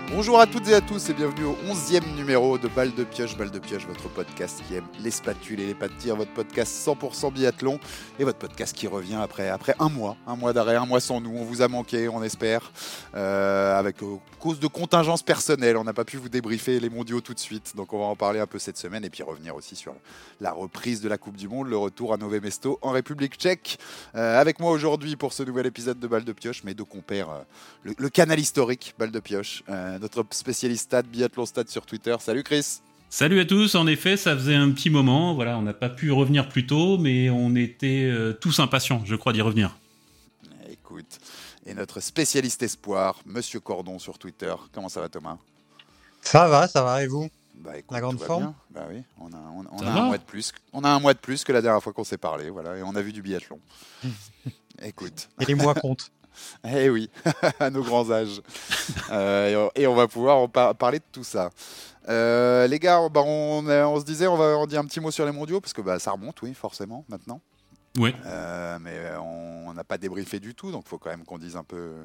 Bonjour à toutes et à tous et bienvenue au 11e numéro de Balle de Pioche, votre podcast qui aime les spatules et les pas de tir, votre podcast 100% biathlon et votre podcast qui revient après un mois d'arrêt, un mois sans nous, on vous a manqué, on espère, avec cause de contingences personnelles, on n'a pas pu vous débriefer les mondiaux tout de suite, donc on va en parler un peu cette semaine et puis revenir aussi sur la reprise de la Coupe du Monde, le retour à Nové Mesto en République tchèque. Avec moi aujourd'hui pour ce nouvel épisode de Balle de Pioche, mes deux compères, le canal historique Balle de Pioche, notre spécialiste stade, biathlon stade sur Twitter. Salut Chris. Salut à tous, en effet ça faisait un petit moment, voilà, on n'a pas pu revenir plus tôt, mais on était tous impatients, je crois, d'y revenir. Écoute, et notre spécialiste espoir, Monsieur Cordon sur Twitter. Comment ça va Thomas ? Ça va, et vous ? Bah écoute, la grande forme bien. Bah oui, on a un mois de plus. On a un mois de plus que la dernière fois qu'on s'est parlé, voilà, et on a vu du biathlon. Écoute. Et les mois comptent. Eh oui, à nos grands âges. Et on va pouvoir parler de tout ça. Les gars, on se disait, on dit un petit mot sur les mondiaux, parce que ça remonte, oui, forcément, maintenant. Ouais. Mais on n'a pas débriefé du tout, donc il faut quand même qu'on dise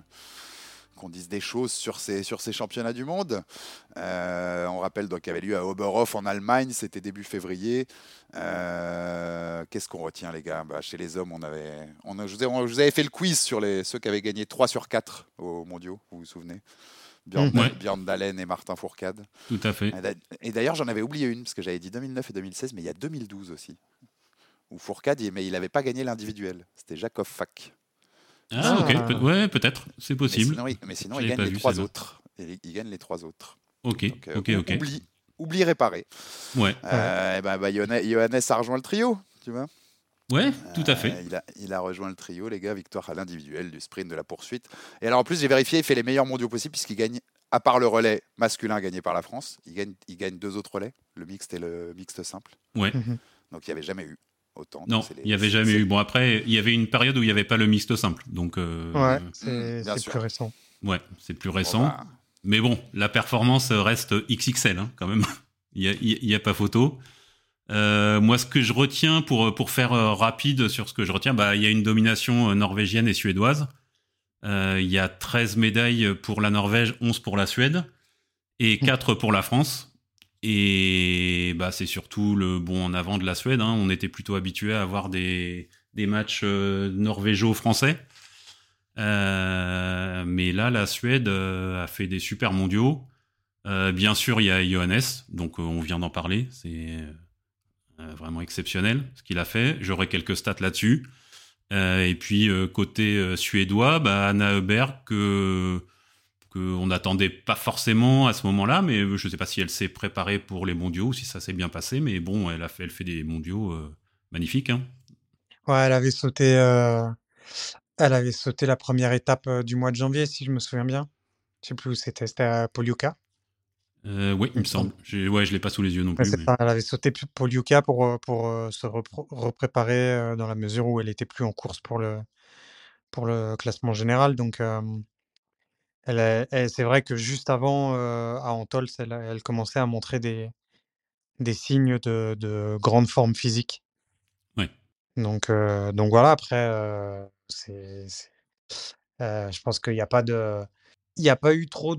des choses sur ces championnats du monde. On rappelle donc qu'il y avait lieu à Oberhof en Allemagne, c'était début février. Qu'est-ce qu'on retient les gars ? Chez les hommes, je vous avais fait le quiz sur ceux qui avaient gagné 3 sur 4 aux mondiaux, vous vous souvenez ? Björn Dahlem et Martin Fourcade. Tout à fait. Et d'ailleurs, j'en avais oublié une, parce que j'avais dit 2009 et 2016, mais il y a 2012 aussi. Où Fourcade, mais il n'avait pas gagné l'individuel. C'était Jakob Fak. Ah, ok, ouais, peut-être, c'est possible. Mais sinon il gagne les 3 autres. Il gagne les 3 autres. Ok, donc, ok. Oublie réparé. Ouais. Johannes a rejoint le trio, tu vois. Ouais, tout à fait. Il a rejoint le trio, les gars, victoire à l'individuel, du sprint, de la poursuite. Et alors en plus, j'ai vérifié, il fait les meilleurs mondiaux possibles, puisqu'il gagne, à part le relais masculin gagné par la France, il gagne 2 autres relais, le mixte et le mixte simple. Ouais. Donc il n'y avait jamais eu autant. Non, il n'y avait jamais eu. Bon, après, il y avait une période où il n'y avait pas le mixte simple. Donc, ouais, c'est plus récent. Ouais, c'est plus récent. Mais bon, la performance reste XXL, hein, quand même. Il n'y a pas photo. Moi, ce que je retiens, pour faire rapide sur ce que je retiens, il y a une domination norvégienne et suédoise. Il y a 13 médailles pour la Norvège, 11 pour la Suède et 4 pour la France. Et c'est surtout le bon en avant de la Suède, hein. On était plutôt habitué à avoir des matchs norvégo-français. Mais là, la Suède a fait des super mondiaux. Bien sûr, il y a Johannes, donc on vient d'en parler. C'est vraiment exceptionnel ce qu'il a fait. J'aurai quelques stats là-dessus. Et puis, côté suédois, Anna Öberg, qu'on n'attendait pas forcément à ce moment-là, mais je ne sais pas si elle s'est préparée pour les mondiaux ou si ça s'est bien passé, mais bon, elle fait des mondiaux magnifiques. Hein. Ouais, elle avait sauté la première étape du mois de janvier, si je me souviens bien. Je ne sais plus où c'était à Polyuka. Oui, il me semble. Je ne l'ai pas sous les yeux non plus. Mais... Elle avait sauté Polyuka pour se repréparer dans la mesure où elle n'était plus en course pour le classement général. Donc, c'est vrai que juste avant, à Antols, elle commençait à montrer des signes de grande forme physique. Ouais. Donc voilà, après, je pense qu'il n'y a pas eu trop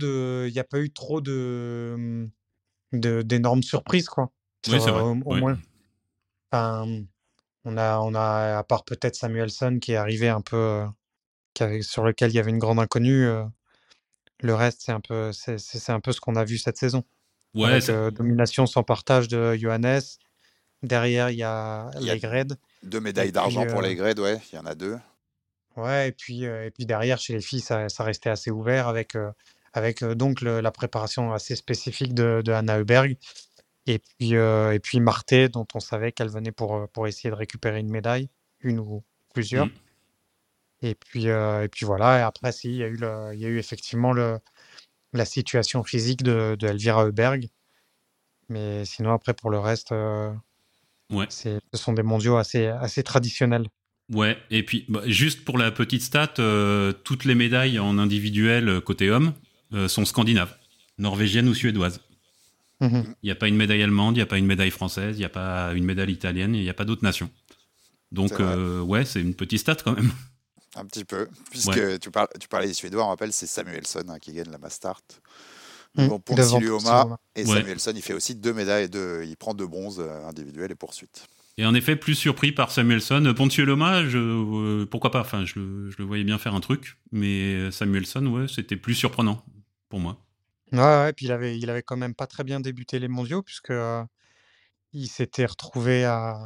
d'énormes surprises, quoi. Oui, c'est vrai. Au moins. Enfin, on a, à part peut-être Samuelsson qui est arrivé un peu, sur lequel il y avait une grande inconnue. Le reste, c'est un peu ce qu'on a vu cette saison. Ouais, avec domination sans partage de Johannes. Derrière, il y a Legred. 2 médailles d'argent pour Legred, ouais, il y en a 2. Ouais, et puis derrière, chez les filles, ça restait assez ouvert avec donc la préparation assez spécifique de Anna Öberg. Et puis Marté, dont on savait qu'elle venait pour essayer de récupérer une médaille, une ou plusieurs. Et puis voilà. Et après, il y a eu effectivement la situation physique de Elvira Öberg. Mais sinon, après, pour le reste, ce sont des mondiaux assez traditionnels. Ouais, et puis juste pour la petite stat, toutes les médailles en individuel côté homme sont scandinaves, norvégiennes ou suédoises. Il n'y a pas une médaille allemande, il n'y a pas une médaille française, il n'y a pas une médaille italienne, il n'y a pas d'autres nations. Donc c'est une petite stat quand même. Un petit peu, puisque tu parlais des Suédois, on rappelle, c'est Samuelsson qui gagne la Mass Start. devant devant Pontiluoma. Et Ouais. Samuelson, il fait aussi 2 médailles, il prend 2 bronzes individuels et poursuite. Et en effet, plus surpris par Samuelson. Pontioloma, pourquoi pas, enfin, je le voyais bien faire un truc, mais Samuelson, ouais, c'était plus surprenant pour moi. Ouais, puis il avait quand même pas très bien débuté les mondiaux, puisque il s'était retrouvé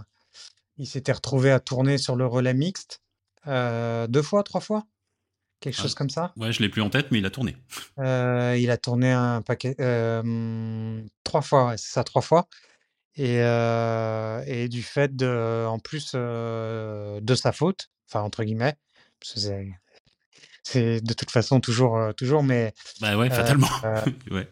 à tourner sur le relais mixte 2 fois, 3 fois, quelque Ah, chose comme ça. ouais, je l'ai plus en tête, mais il a tourné. Il a tourné un paquet 3 fois, ouais, c'est ça, 3 fois. Et du fait en plus de sa faute, enfin entre guillemets, parce que c'est de toute façon toujours, mais Bah ouais, euh, fatalement. euh, Ouais.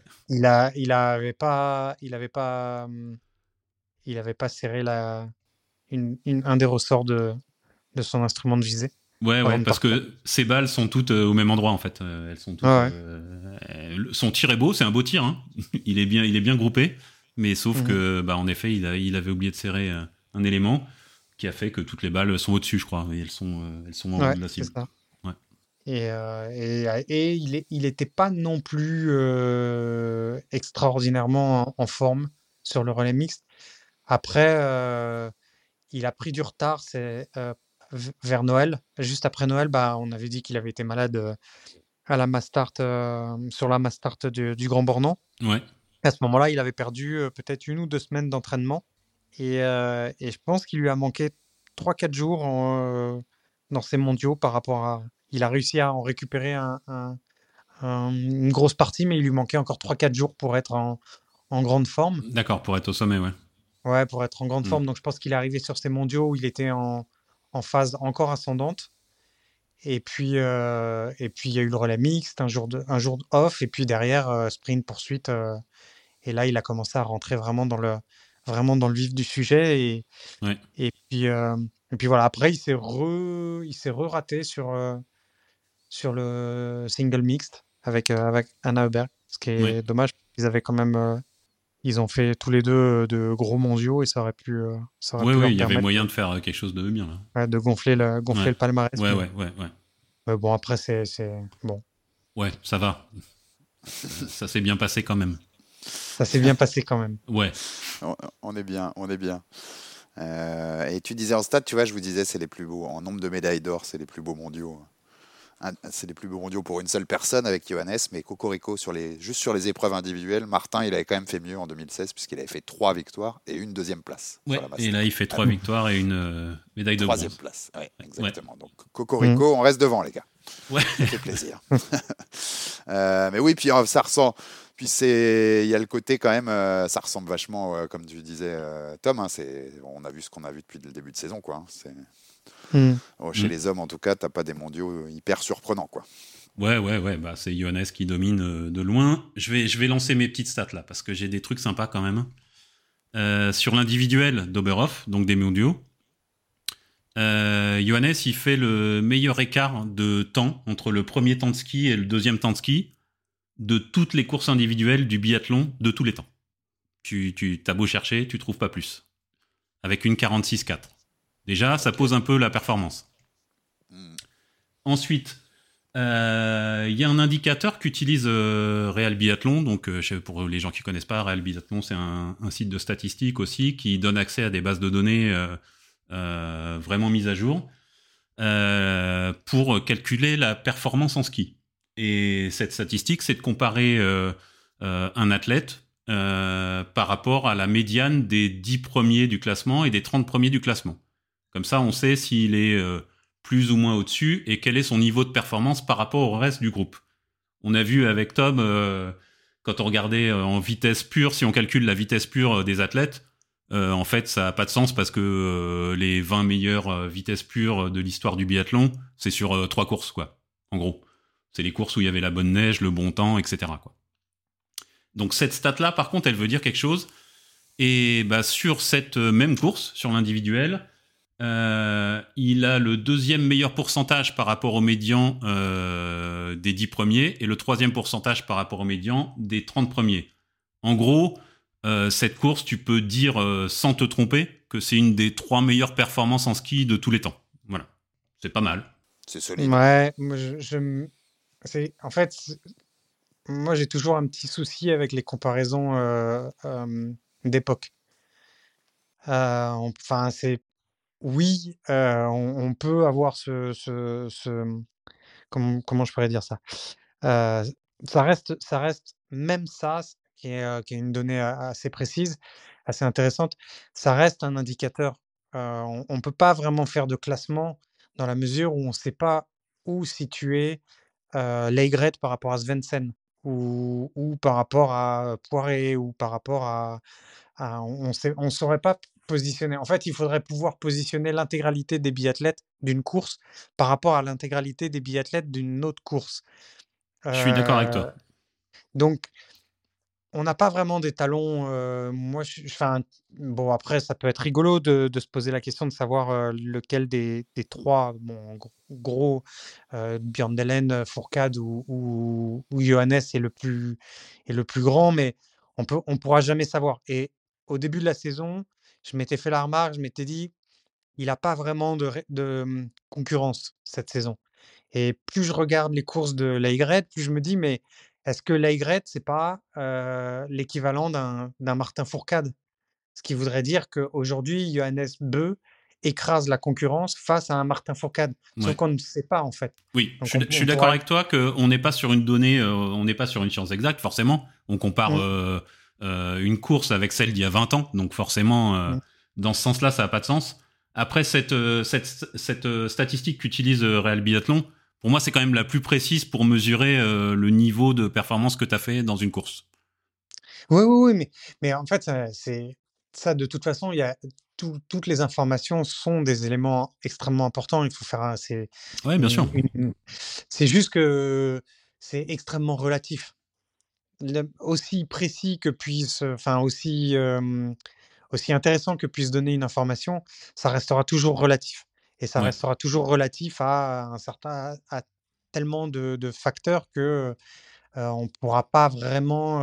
il avait pas serré un des ressorts de son instrument de visée Ouais, avant de parce partir. que ces balles sont toutes au même endroit en fait. Elles sont toutes. Ouais, Son tir est beau, c'est un beau tir. Hein. Il est bien groupé, mais sauf ouais. que, bah, en effet, il avait oublié de serrer un élément qui a fait que toutes les balles sont au-dessus, je crois. Et elles sont en haut Ouais, de la c'est cible. ça. Ouais. Et il n'était pas non plus extraordinairement en forme sur le relais mixte. Après, il a pris du retard, vers Noël. Juste après Noël, bah, on avait dit qu'il avait été malade à la Mastart, sur la Mastart du Grand Bornand. Ouais. À ce moment-là, il avait perdu peut-être 1 ou 2 semaines d'entraînement. Et je pense qu'il lui a manqué 3, 4 jours dans ces mondiaux par rapport à. Il a réussi à en récupérer une grosse partie, mais il lui manquait encore 3, 4 jours pour être en grande forme. D'accord, pour être au sommet, ouais. Ouais, pour être en grande Mm. forme. Donc je pense qu'il est arrivé sur ces mondiaux où il était en phase encore ascendante. Et puis il y a eu le relais mixte, un jour off, et puis derrière, sprint, poursuite. Et là, il a commencé à rentrer vraiment dans le vif du sujet. Ouais. Et puis voilà, après, il s'est re-raté sur le single mixte avec Anna Heuberg, ce qui Ouais. est dommage. Ils avaient quand même, ils ont fait tous les deux de gros mondiaux et ça aurait pu Ouais, leur il y avait permettre moyen de faire quelque chose de bien là. ouais, de gonfler Ouais. le palmarès. Ouais. Mais bon, après, bon, Ouais, ça va. Ça s'est bien passé quand même. ça s'est bien passé quand même. Ouais. On est bien, on est bien. Et tu disais en stade, tu vois, je vous disais, c'est les plus beaux. En nombre de médailles d'or, c'est les plus beaux mondiaux. C'est les plus beaux mondiaux pour une seule personne avec Johannes, mais Cocorico, juste sur les épreuves individuelles, Martin, il avait quand même fait mieux en 2016, puisqu'il avait fait 3 victoires et une 2e place. Ouais. Sur la Et Mastart. là, il fait 3 victoires et une médaille de 3e bronze. place, ouais, Ouais. exactement. Donc Cocorico, on reste devant, les gars. Ouais. Ça fait plaisir. Mais oui, puis ça ressemble. Puis il y a le côté quand même, ça ressemble vachement, comme tu disais, Tom. Hein, on a vu ce qu'on a vu depuis le début de saison, quoi. Hein, chez les hommes, en tout cas, t'as pas des mondiaux hyper surprenants, quoi. Ouais. Bah, c'est Johannes qui domine de loin. Je vais lancer mes petites stats là, parce que j'ai des trucs sympas quand même. Sur l'individuel d'Oberhof, donc des mondiaux, Johannes, il fait le meilleur écart de temps entre le premier temps de ski et le deuxième temps de ski de toutes les courses individuelles du biathlon de tous les temps. Tu t'as beau chercher, tu trouves pas plus. Avec une 46,4. Déjà, ça pose un peu la performance. Ensuite, il y a un indicateur qu'utilise Real Biathlon. Donc, pour les gens qui connaissent pas, Real Biathlon, c'est un site de statistiques aussi qui donne accès à des bases de données vraiment mises à jour pour calculer la performance en ski. Et cette statistique, c'est de comparer un athlète par rapport à la médiane des 10 premiers du classement et des 30 premiers du classement. Comme ça, on sait s'il est plus ou moins au-dessus et quel est son niveau de performance par rapport au reste du groupe. On a vu avec Tom, quand on regardait en vitesse pure, si on calcule la vitesse pure des athlètes, en fait, ça n'a pas de sens parce que les 20 meilleures vitesses pures de l'histoire du biathlon, c'est sur 3 courses, quoi, en gros. C'est les courses où il y avait la bonne neige, le bon temps, etc., quoi. Donc cette stat-là, par contre, elle veut dire quelque chose. Et bah, sur cette même course, sur l'individuel, il a le 2e meilleur pourcentage par rapport au médian des 10 premiers et le 3e pourcentage par rapport au médian des 30 premiers. En gros, cette course, tu peux dire sans te tromper que c'est une des 3 meilleures performances en ski de tous les temps. Voilà, c'est pas mal. C'est solide. Ouais, en fait, moi, j'ai toujours un petit souci avec les comparaisons d'époque. Enfin, oui, on peut avoir comment je pourrais dire ça? Heu, ça reste même ça, qui est une donnée assez précise, assez intéressante, ça reste un indicateur. On peut pas vraiment faire de classement dans la mesure où on ne sait pas où situer, Laigret par rapport à Svensson ou par rapport à Poiré ou par rapport on saurait pas positionner. En fait, il faudrait pouvoir positionner l'intégralité des biathlètes d'une course par rapport à l'intégralité des biathlètes d'une autre course. Je suis d'accord avec Heu, toi. donc on n'a pas vraiment des talons, moi enfin, bon après ça peut être rigolo de se poser la question de savoir, lequel des 3, bon en gros, Bjørn Dalen, Fourcade ou Johannes est le plus grand, mais on pourra jamais savoir et au début de la saison, je m'étais fait la remarque, je m'étais dit: «Il a pas vraiment concurrence cette saison». Et plus je regarde les courses de Laigret, plus je me dis: «Mais est-ce que Laigret, c'est pas, l'équivalent d'un Martin Fourcade?» Ce qui voudrait dire qu'aujourd'hui, Johannes Beu écrase la concurrence face à un Martin Fourcade. Sauf Ouais. qu'on ne sait pas, en fait. Oui, Donc je suis on d'accord pourra avec toi qu'on n'est pas sur une donnée, on n'est pas sur une science exacte, forcément. On compare mmh, une course avec celle d'il y a 20 ans, donc forcément, mmh. dans ce sens-là, ça n'a pas de sens. Après, cette statistique qu'utilise Real Biathlon, pour moi, c'est quand même la plus précise pour mesurer le niveau de performance que tu as fait dans une course. Oui, oui, oui, mais en fait, c'est ça de toute façon, il y a toutes les informations sont des éléments extrêmement importants. Il faut faire un Ouais, bien sûr. c'est juste que c'est extrêmement relatif. Aussi précis que puisse, enfin aussi intéressant que puisse donner une information, ça restera toujours relatif et ça Ouais. restera toujours relatif à tellement de facteurs que, on pourra pas vraiment,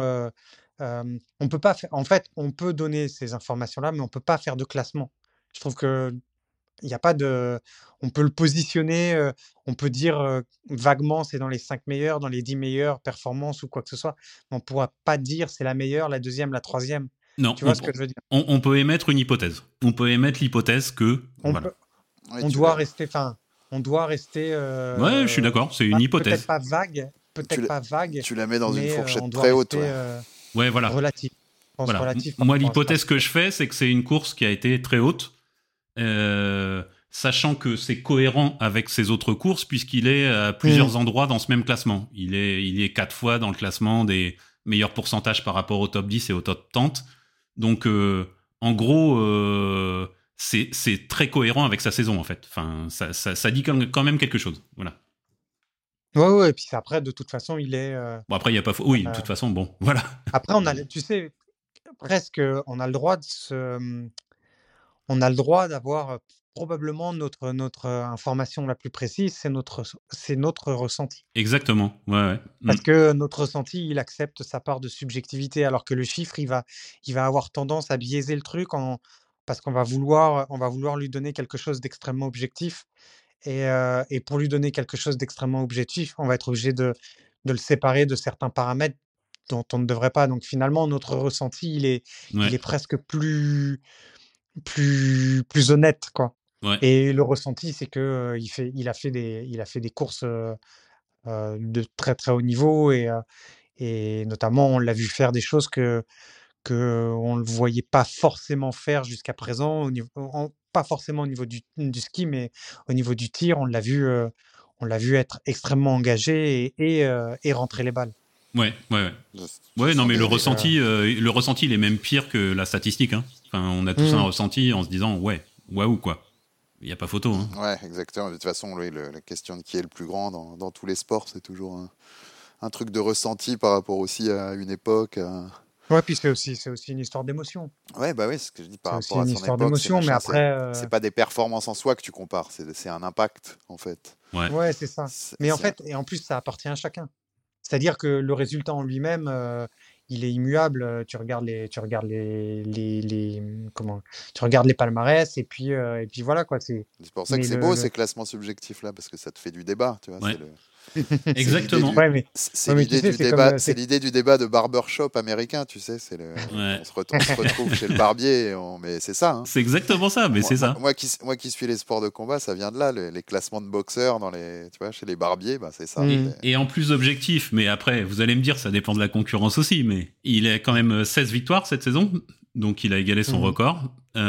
on peut pas faire en fait, on peut donner ces informations-là, mais on peut pas faire de classement. Je trouve que il y a pas de on peut le positionner, on peut dire, vaguement c'est dans les 5 meilleurs, dans les 10 meilleures performances ou quoi que ce soit, mais on pourra pas dire c'est la meilleure, la deuxième, la troisième. Non, Tu vois ce que je veux dire? on peut émettre une hypothèse. On peut émettre l'hypothèse que, On voilà. peut Oui, on doit rester enfin, on doit rester, Ouais, je suis d'accord, c'est une peut-être hypothèse. pas vague tu, peut-être la, pas vague, tu la mets dans une mais, on fourchette doit très haute, rester, ouais. Ouais, voilà. relatif. Je pense Voilà. relatif par Moi, rapport à ça. l'hypothèse que je fais, c'est que c'est une course qui a été très haute, sachant que c'est cohérent avec ses autres courses, puisqu'il est à Mmh. plusieurs endroits dans ce même classement. Il est 4 fois dans le classement des meilleurs pourcentages par rapport au top 10 et au top 30. Donc, en gros, c'est très cohérent avec sa saison, en fait. Enfin, ça dit quand même quelque chose. Voilà. Ouais, ouais et puis après de toute façon il est, Bon, après, il n'y a pas... Oui, de heu, toute façon, bon, voilà. après tu sais, presque, on a le droit on a le droit d'avoir, probablement notre, information la plus précise, c'est notre ressenti. Exactement. Ouais, ouais. Parce que notre ressenti, il accepte sa part de subjectivité, alors que le chiffre, il va avoir tendance à biaiser le truc parce qu'on va vouloir lui donner quelque chose d'extrêmement objectif et pour lui donner quelque chose d'extrêmement objectif, on va être obligé de le séparer de certains paramètres dont on ne devrait pas. Donc finalement, notre ressenti, il est Ouais. presque plus honnête, quoi. Ouais. Et le ressenti, c'est que, il a fait des courses, de très, très haut niveau et notamment, on l'a vu faire des choses qu'on ne le voyait pas forcément faire jusqu'à présent pas forcément au niveau du ski, mais au niveau du tir, on l'a vu être extrêmement engagé et rentrer les balles. Ouais, ouais, ouais. Ce Ouais, non, sont mais des, des- le ressenti, il est même pire que la statistique. Hein. Enfin, on a tous un Mmh. ressenti en se disant, ouais, waouh, quoi. Il n'y a pas photo. Hein. Ouais, exactement. De toute façon, oui, la question de qui est le plus grand dans tous les sports, c'est toujours un truc de ressenti par rapport aussi à une époque. Ouais, puis c'est aussi une histoire d'émotion. Ouais, bah oui, c'est ce que je dis par C'est aussi rapport à une son histoire époque, c'est d'émotion, mais machin. après, C'est pas des performances en soi que tu compares, c'est un impact, en fait. Ouais, ouais, c'est ça. C'est, Mais en c'est un- fait et en plus, ça appartient à chacun. C'est-à-dire que le résultat en lui-même, il est immuable, comment? Tu regardes les palmarès et puis voilà quoi, c'est pour ça que mais c'est beau ces classements subjectifs-là, parce que ça te fait du débat, tu vois. ouais. Exactement. Ouais, mais, C'est ouais, mais tu l'idée sais, du c'est comme, débat, c'est l'idée du débat de barbershop américain, tu sais, Ouais. on se retrouve chez le barbier, mais c'est ça, hein. C'est exactement ça, mais c'est ça. Moi qui suis les sports de combat, ça vient de là, les classements de boxeurs tu vois, chez les barbiers, bah c'est ça. Mm. Et en plus objectif, mais après, vous allez me dire, ça dépend de la concurrence aussi, mais il a quand même 16 victoires cette saison, donc il a égalé son record.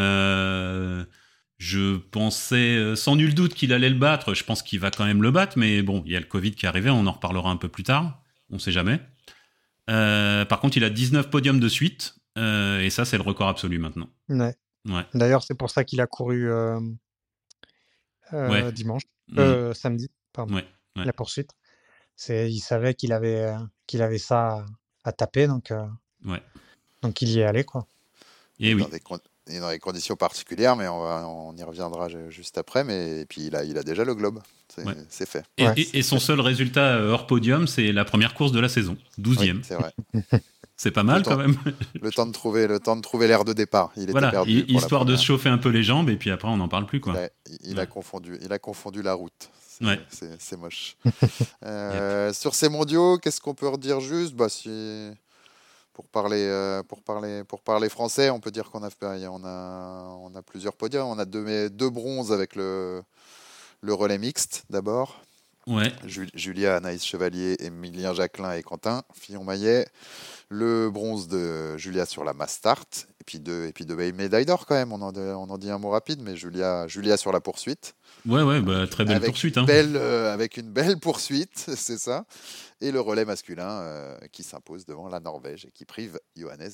Je pensais sans nul doute qu'il allait le battre, je pense qu'il va quand même le battre, mais bon, il y a le Covid qui est arrivé, on en reparlera un peu plus tard, on sait jamais. Par contre, il a 19 podiums de suite, et ça, c'est le record absolu maintenant. Ouais. Ouais. D'ailleurs, c'est pour ça qu'il a couru Ouais. dimanche, samedi, pardon, Ouais. Ouais. la poursuite. Il savait qu'il avait ça à taper, donc Ouais. il y est allé, quoi. Et oui. Dans des conditions particulières, mais on y reviendra juste après. Et puis il a déjà le globe, c'est fait. Et son seul résultat hors podium, c'est la première course de la saison, 12e. Oui, c'est vrai. C'est pas mal quand même. Le temps de trouver l'air de départ. Il était perdu. Histoire de se chauffer un peu les jambes, et puis après on n'en parle plus, quoi. Il a confondu la route. C'est moche. Sur ces mondiaux, qu'est-ce qu'on peut redire juste? Pour parler français, on peut dire qu'on a plusieurs podiums. On a deux bronzes avec le relais mixte d'abord. Ouais. Julia, Anaïs Chevalier, Emilien Jacquelin et Quentin Fillon-Maillet. Le bronze de Julia sur la mass start. Et puis deux médailles d'or quand même. On en dit un mot rapide, mais Julia sur la poursuite. Ouais, bah, très belle poursuite. Avec une belle poursuite, c'est ça. Et le relais masculin qui s'impose devant la Norvège et qui prive Johannes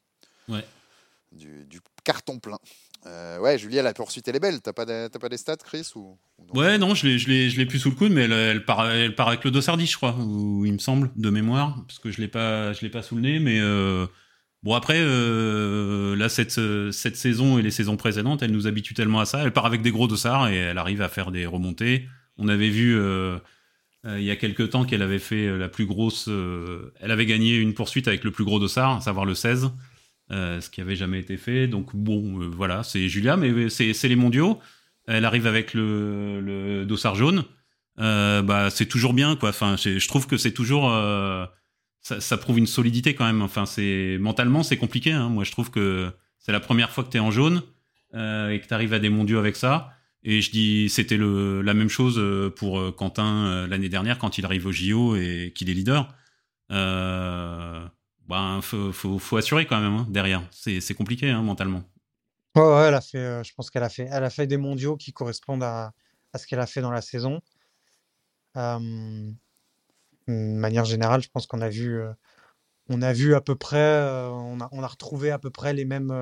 du carton plein. Julia, la poursuite, elle est belle. T'as pas des stats, Chris ou Ouais, non, je l'ai plus sous le coude, mais elle part avec le dossard 10, je crois, ou il me semble, de mémoire, parce que je l'ai pas sous le nez, mais bon, après, là, cette saison et les saisons précédentes, elle nous habitue tellement à ça. Elle part avec des gros dossards et elle arrive à faire des remontées. On avait vu il y a quelques temps qu'elle avait fait la plus grosse. Elle avait gagné une poursuite avec le plus gros dossard, à savoir le 16, ce qui avait jamais été fait. Donc bon, voilà, c'est Julia, mais c'est les mondiaux. Elle arrive avec le dossard jaune. Bah, c'est toujours bien, quoi. Enfin, je trouve que c'est toujours. Ça prouve une solidité quand même. Enfin, mentalement, c'est compliqué, hein. Moi, je trouve que c'est la première fois que tu es en jaune et que tu arrives à des mondiaux avec ça. Et je dis, c'était la même chose pour Quentin l'année dernière quand il arrive au JO et qu'il est leader. Faut assurer quand même, hein, derrière. C'est compliqué, hein, mentalement. Ouais, elle a fait, je pense qu'elle a fait des mondiaux qui correspondent à ce qu'elle a fait dans la saison. De manière générale, je pense qu'on a vu à peu près, on a retrouvé à peu près les mêmes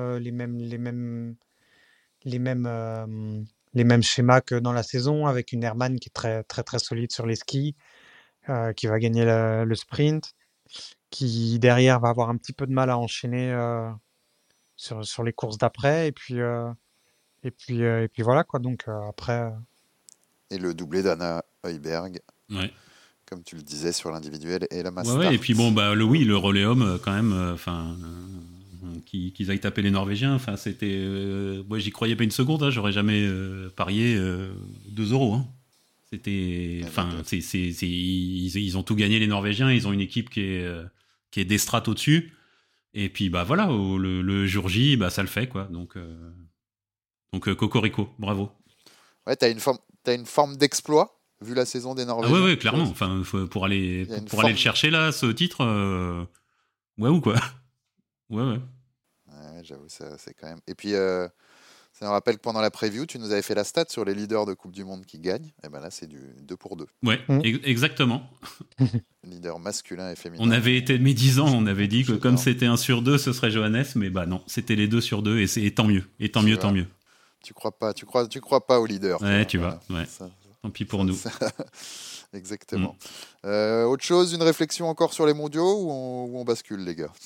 schémas que dans la saison, avec une Hermann qui est très très très solide sur les skis, qui va gagner le sprint, qui derrière va avoir un petit peu de mal à enchaîner sur les courses d'après, et puis voilà, quoi. Donc après. Et le doublé d'Anna Heuberg. Ouais. Comme tu le disais sur l'individuel et la mass start. Ouais, et puis bon, bah le relais homme quand même, qu'ils aillent taper les Norvégiens, enfin c'était, moi j'y croyais pas une seconde, hein, j'aurais jamais parié 2 euros. Hein. C'était, enfin, ils ont tout gagné les Norvégiens, ils ont une équipe qui est des strates au-dessus, et puis bah voilà, le jour J, bah ça le fait, quoi. Donc Cocorico, bravo. Ouais, t'as une forme d'exploit vu la saison des Norvégiens. Ah ouais, clairement. Enfin, pour aller le chercher là, ce titre, ouais ou quoi. Ouais. J'avoue, c'est quand même. Et puis, ça me rappelle que pendant la preview, tu nous avais fait la stat sur les leaders de Coupe du Monde qui gagnent. Et ben là, c'est du 2 pour 2. Ouais, exactement. Leader masculin et féminin. On avait été médisants, on avait dit que comme c'était 1 sur 2, ce serait Johannes, mais bah non, c'était les 2 sur 2 et tant mieux. Et tant mieux. Tu crois pas aux leaders. Ouais, tu vois. Ouais. Tant pis pour nous. Exactement. Autre chose, une réflexion encore sur les mondiaux ou on bascule, les gars?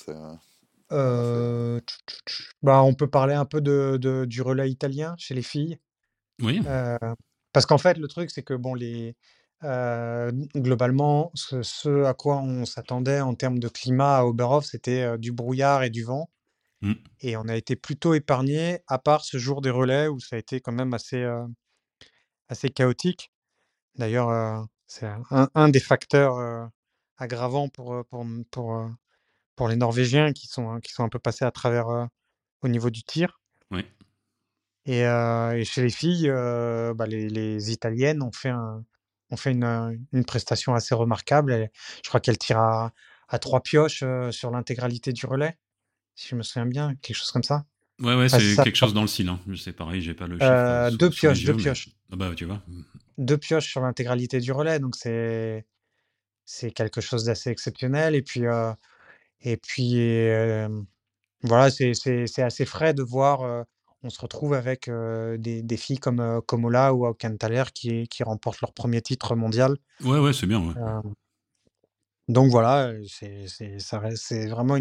On peut parler un peu du relais italien chez les filles. Oui. Parce qu'en fait, le truc, c'est que bon, globalement, ce à quoi on s'attendait en termes de climat à Oberhof, c'était du brouillard et du vent. Et on a été plutôt épargné, à part ce jour des relais où ça a été quand même assez chaotique. D'ailleurs, C'est un des facteurs aggravants pour les Norvégiens qui sont un peu passés à travers au niveau du tir. Ouais. Et chez les filles, bah, les Italiennes ont fait une prestation assez remarquable. Je crois qu'elles tirent à 3 pioches sur l'intégralité du relais, si je me souviens bien, quelque chose comme ça. Ouais, Ouais, c'est c'est ça. quelque chose dans le style. Hein. C'est pareil, j'ai pas le chiffre Deux sous les pioches, deux yeux, mais pioches. ah bah tu vois. 2 pioches sur l'intégralité du relais, donc c'est quelque chose d'assez exceptionnel. Et puis voilà, c'est assez frais de voir. On se retrouve avec des filles comme Ola ou Aucanthaler qui remportent leur premier titre mondial. Ouais, c'est bien. Ouais. Euh, donc voilà, c'est vraiment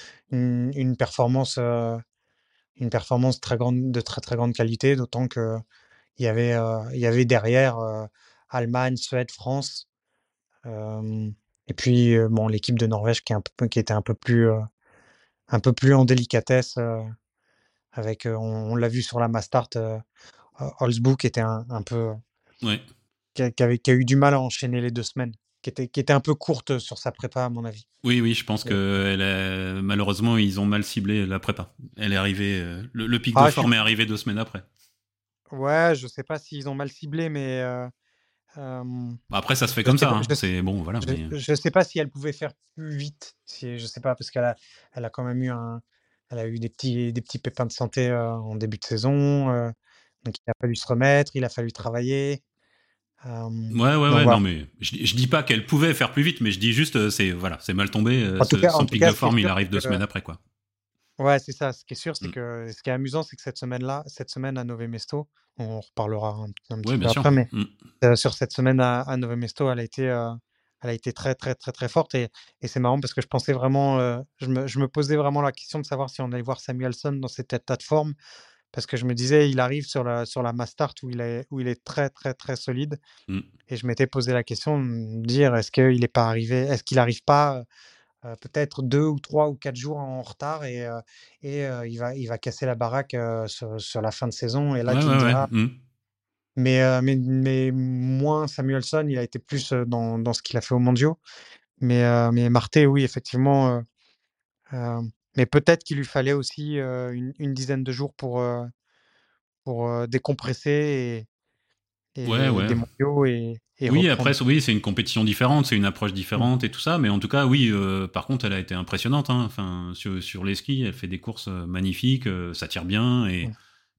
une performance très grande, de très très grande qualité, d'autant que il y avait derrière Allemagne, Suède, France. euh, et puis bon, l'équipe de Norvège qui était un peu plus en délicatesse. Avec, on l'a vu sur la Mastart, Holzboe qui était un peu, Ouais. qui a eu du mal à enchaîner les 2 semaines, qui était un peu courte sur sa prépa à mon avis. Oui, je pense Et que malheureusement, ils ont mal ciblé la prépa. Elle est arrivée, le pic de ah, je suis forme est arrivé 2 semaines après. ouais, je sais pas s'ils ont mal ciblé, mais Bah, après, ça se fait je comme sais ça. pas, Hein. C'est bon, voilà. Mais je sais pas si elle pouvait faire plus vite. Si, je sais pas, parce elle a quand même eu elle a eu des petits pépins de santé en début de saison. Donc il a fallu se remettre, il a fallu travailler. Donc non, voilà. mais je dis pas qu'elle pouvait faire plus vite, mais je dis juste, c'est mal tombé. En Son tout pic de cas, ce qui est forme, il sûr, arrive c'est deux que semaines après, quoi. ouais, c'est ça. Ce qui est sûr, c'est Mm. que ce qui est amusant, c'est que cette semaine à Nové Mesto, on reparlera un petit Ouais, peu bien sûr. après, mais Mm. sur cette semaine à Nové Mesto, elle a été très, très, très, très forte. Et c'est marrant parce que je pensais vraiment, je me posais vraiment la question de savoir si on allait voir Samuelsson dans cet état de forme, parce que je me disais, il arrive sur la Mastart où il est très, très, très solide. Mm. Et je m'étais posé la question de me dire, est-ce qu'il n'arrive pas peut-être 2 ou 3 ou 4 jours en retard il va casser la baraque sur la fin de saison. Et là, tu me Ouais. diras, Mm. mais moins Samuelsson, il a été plus dans ce qu'il a fait aux mondiaux. Mais Marté, oui, effectivement. Euh, mais peut-être qu'il lui fallait aussi une dizaine de jours pour décompresser et Ouais. des mondiaux et Oui, après, reprendre. oui, c'est une compétition différente, c'est une approche Mm. différente et tout ça, mais en tout cas, oui, par contre, elle a été impressionnante. Hein. Enfin, sur les skis, elle fait des courses magnifiques, ça tire bien Mm.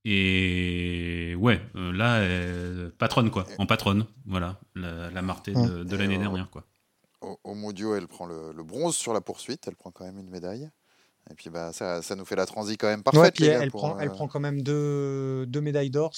et ouais, là, patronne quoi, Et, en patronne, voilà, la Marté Mm. de et l'année dernière quoi. au Mondiaux, elle prend le bronze sur la poursuite, elle prend quand même une médaille. Et puis bah, ça nous fait la transi quand même Ouais, parfaite, puis les gars. Pour, elle prend quand même deux médailles d'or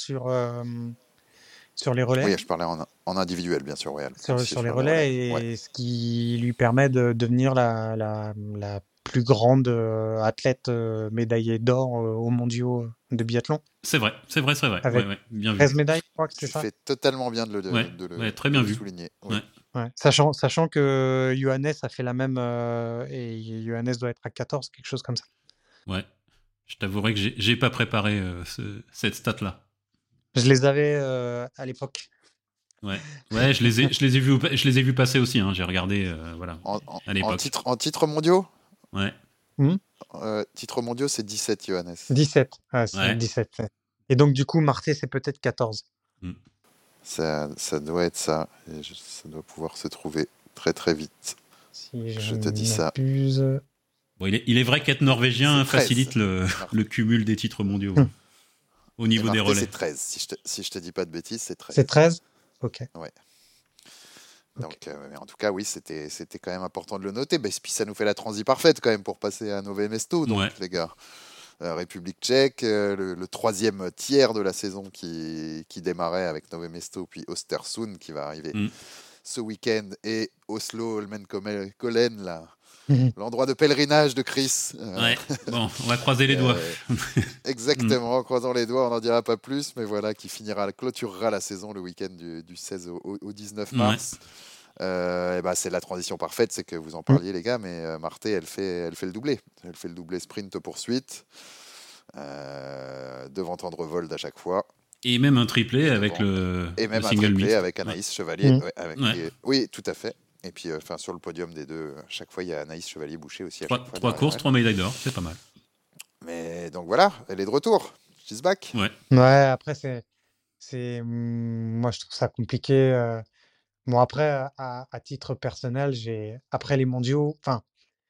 sur les relais. Oui, je parlais en individuel, bien sûr. Ouais, elle prend aussi Sur les sur les relais. relais, Ouais. et ce qui lui permet de devenir la plus grande athlète médaillée d'or aux mondiaux de biathlon, C'est vrai, avec ouais, bien 13 vu. médailles, je crois que c'est Tu ça. fais totalement bien Très de bien le vu. souligner. Oui. Ouais, Ouais. Sachant que Johannes a fait la même, et Johannes doit être à 14, quelque chose comme ça. ouais. Je t'avouerai que j'ai pas préparé cette stat là. Je les avais à l'époque. Ouais, je les ai vus passer aussi. Hein. J'ai regardé, voilà, à l'époque. En titre mondiaux, Ouais, Hmm. titre mondiaux, c'est 17, Johannes. 17. Ah, c'est ouais. 17. Ouais. Et donc, du coup, Marseille, c'est peut-être 14. Mm. Ça doit être ça. Et ça doit pouvoir se trouver très très vite. Si je Je te dis ne ça. m'abuse. Bon, il est vrai qu'être norvégien C'est 13. facilite le cumul des titres mondiaux Hmm. au Et niveau des Marté, relais. c'est 13. Si je te dis pas de bêtises, c'est C'est 13. 13? Ok. Ouais. Ok. Donc, mais en tout cas, oui, c'était quand même important de le noter. Bah, puis ça nous fait la transi parfaite quand même pour passer à Nové Mesto, donc Ouais, les gars. République tchèque, le troisième tiers de la saison qui démarrait avec Nové Mesto, puis Östersund qui va arriver mm. ce week-end, et Oslo, Holmenkollen, là, Mhm. l'endroit de pèlerinage de Chris. Ouais. Bon, on va croiser les doigts. Euh, Mm. exactement, en croisant les doigts, on n'en dira pas plus, mais voilà, qui clôturera la saison le week-end du 16 au 19 Ouais. mars. Et bah, c'est la transition parfaite, c'est que vous en Mhm. parliez les gars, mais Marté, elle fait le doublé. Elle fait le doublé sprint poursuite, devant Tendrevold à chaque fois. Et même un triplé avec Bon. le Et même un single triplé mixte. avec Ouais. Anaïs Chevalier. Mm. Ouais. Oui, tout à fait. Et puis, sur le podium des deux, à chaque fois, il y a Anaïs Chevalier-Boucher aussi, à chaque fois Trois derrière courses, elle. 3 médailles d'or, c'est pas mal. Mais donc voilà, elle est de retour. She's back. Ouais. Ouais, après, moi, je trouve ça compliqué. Bon, après, à titre personnel, après les mondiaux, enfin,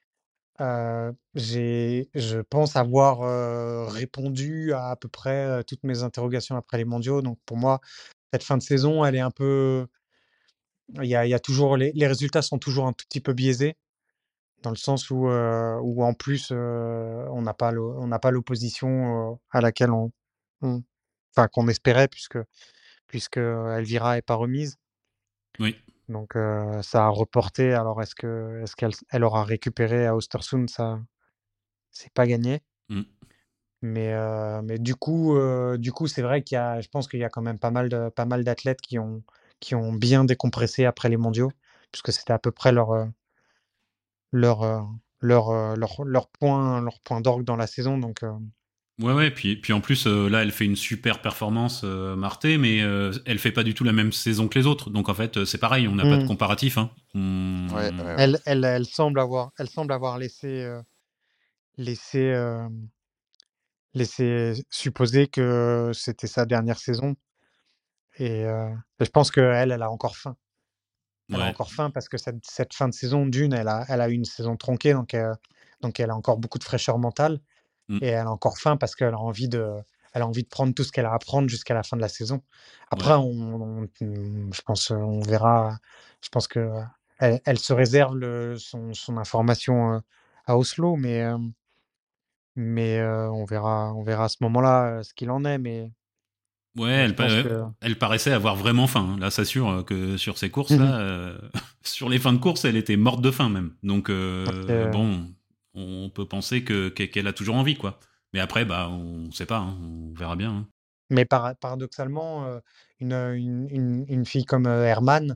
je pense avoir répondu à peu près toutes mes interrogations après les mondiaux. Donc, pour moi, cette fin de saison, elle est un peu. Il y a toujours. Les résultats sont toujours un tout petit peu biaisés, dans le sens où en plus, on n'a pas l'opposition à laquelle on- enfin, qu'on espérait, puisque Elvira est pas remise. Oui. Donc ça a reporté. Alors est-ce qu'elle aura récupéré à Östersund? Ça, c'est pas gagné. Mm. Mais du coup, c'est vrai je pense qu'il y a quand même pas mal d'athlètes qui ont bien décompressé après les mondiaux, puisque c'était à peu près leur, euh, leur point d'orgue dans la saison. Donc Ouais, puis en plus, là, elle fait une super performance, Marté, mais elle fait pas du tout la même saison que les autres. Donc en fait, c'est pareil, on n'a pas de hmm, comparatif. Hein. Ouais. elle semble avoir laissé, euh, laissé supposer que c'était sa dernière saison. Et je pense qu'elle, elle a encore faim. Elle a Ouais. encore faim parce que cette fin de saison, elle a eu une saison tronquée, donc elle a encore beaucoup de fraîcheur mentale. Mm. Et elle a encore faim parce qu'elle a envie de prendre tout ce qu'elle a à prendre jusqu'à la fin de la saison. Ouais. Après, je pense, on verra. Je pense que elle se réserve son information à Oslo, mais on verra à ce moment-là ce qu'il en est. Ouais, Mais je pense que. elle paraissait avoir vraiment faim. Là, ça sûr que sur ces Mhm. courses-là, sur les fins de course, elle était morte de faim même. Donc, Donc, bon, on peut penser qu'elle a toujours envie, quoi. Mais après, bah, on sait pas, hein, on verra bien. Hein. mais paradoxalement, une fille comme Herman,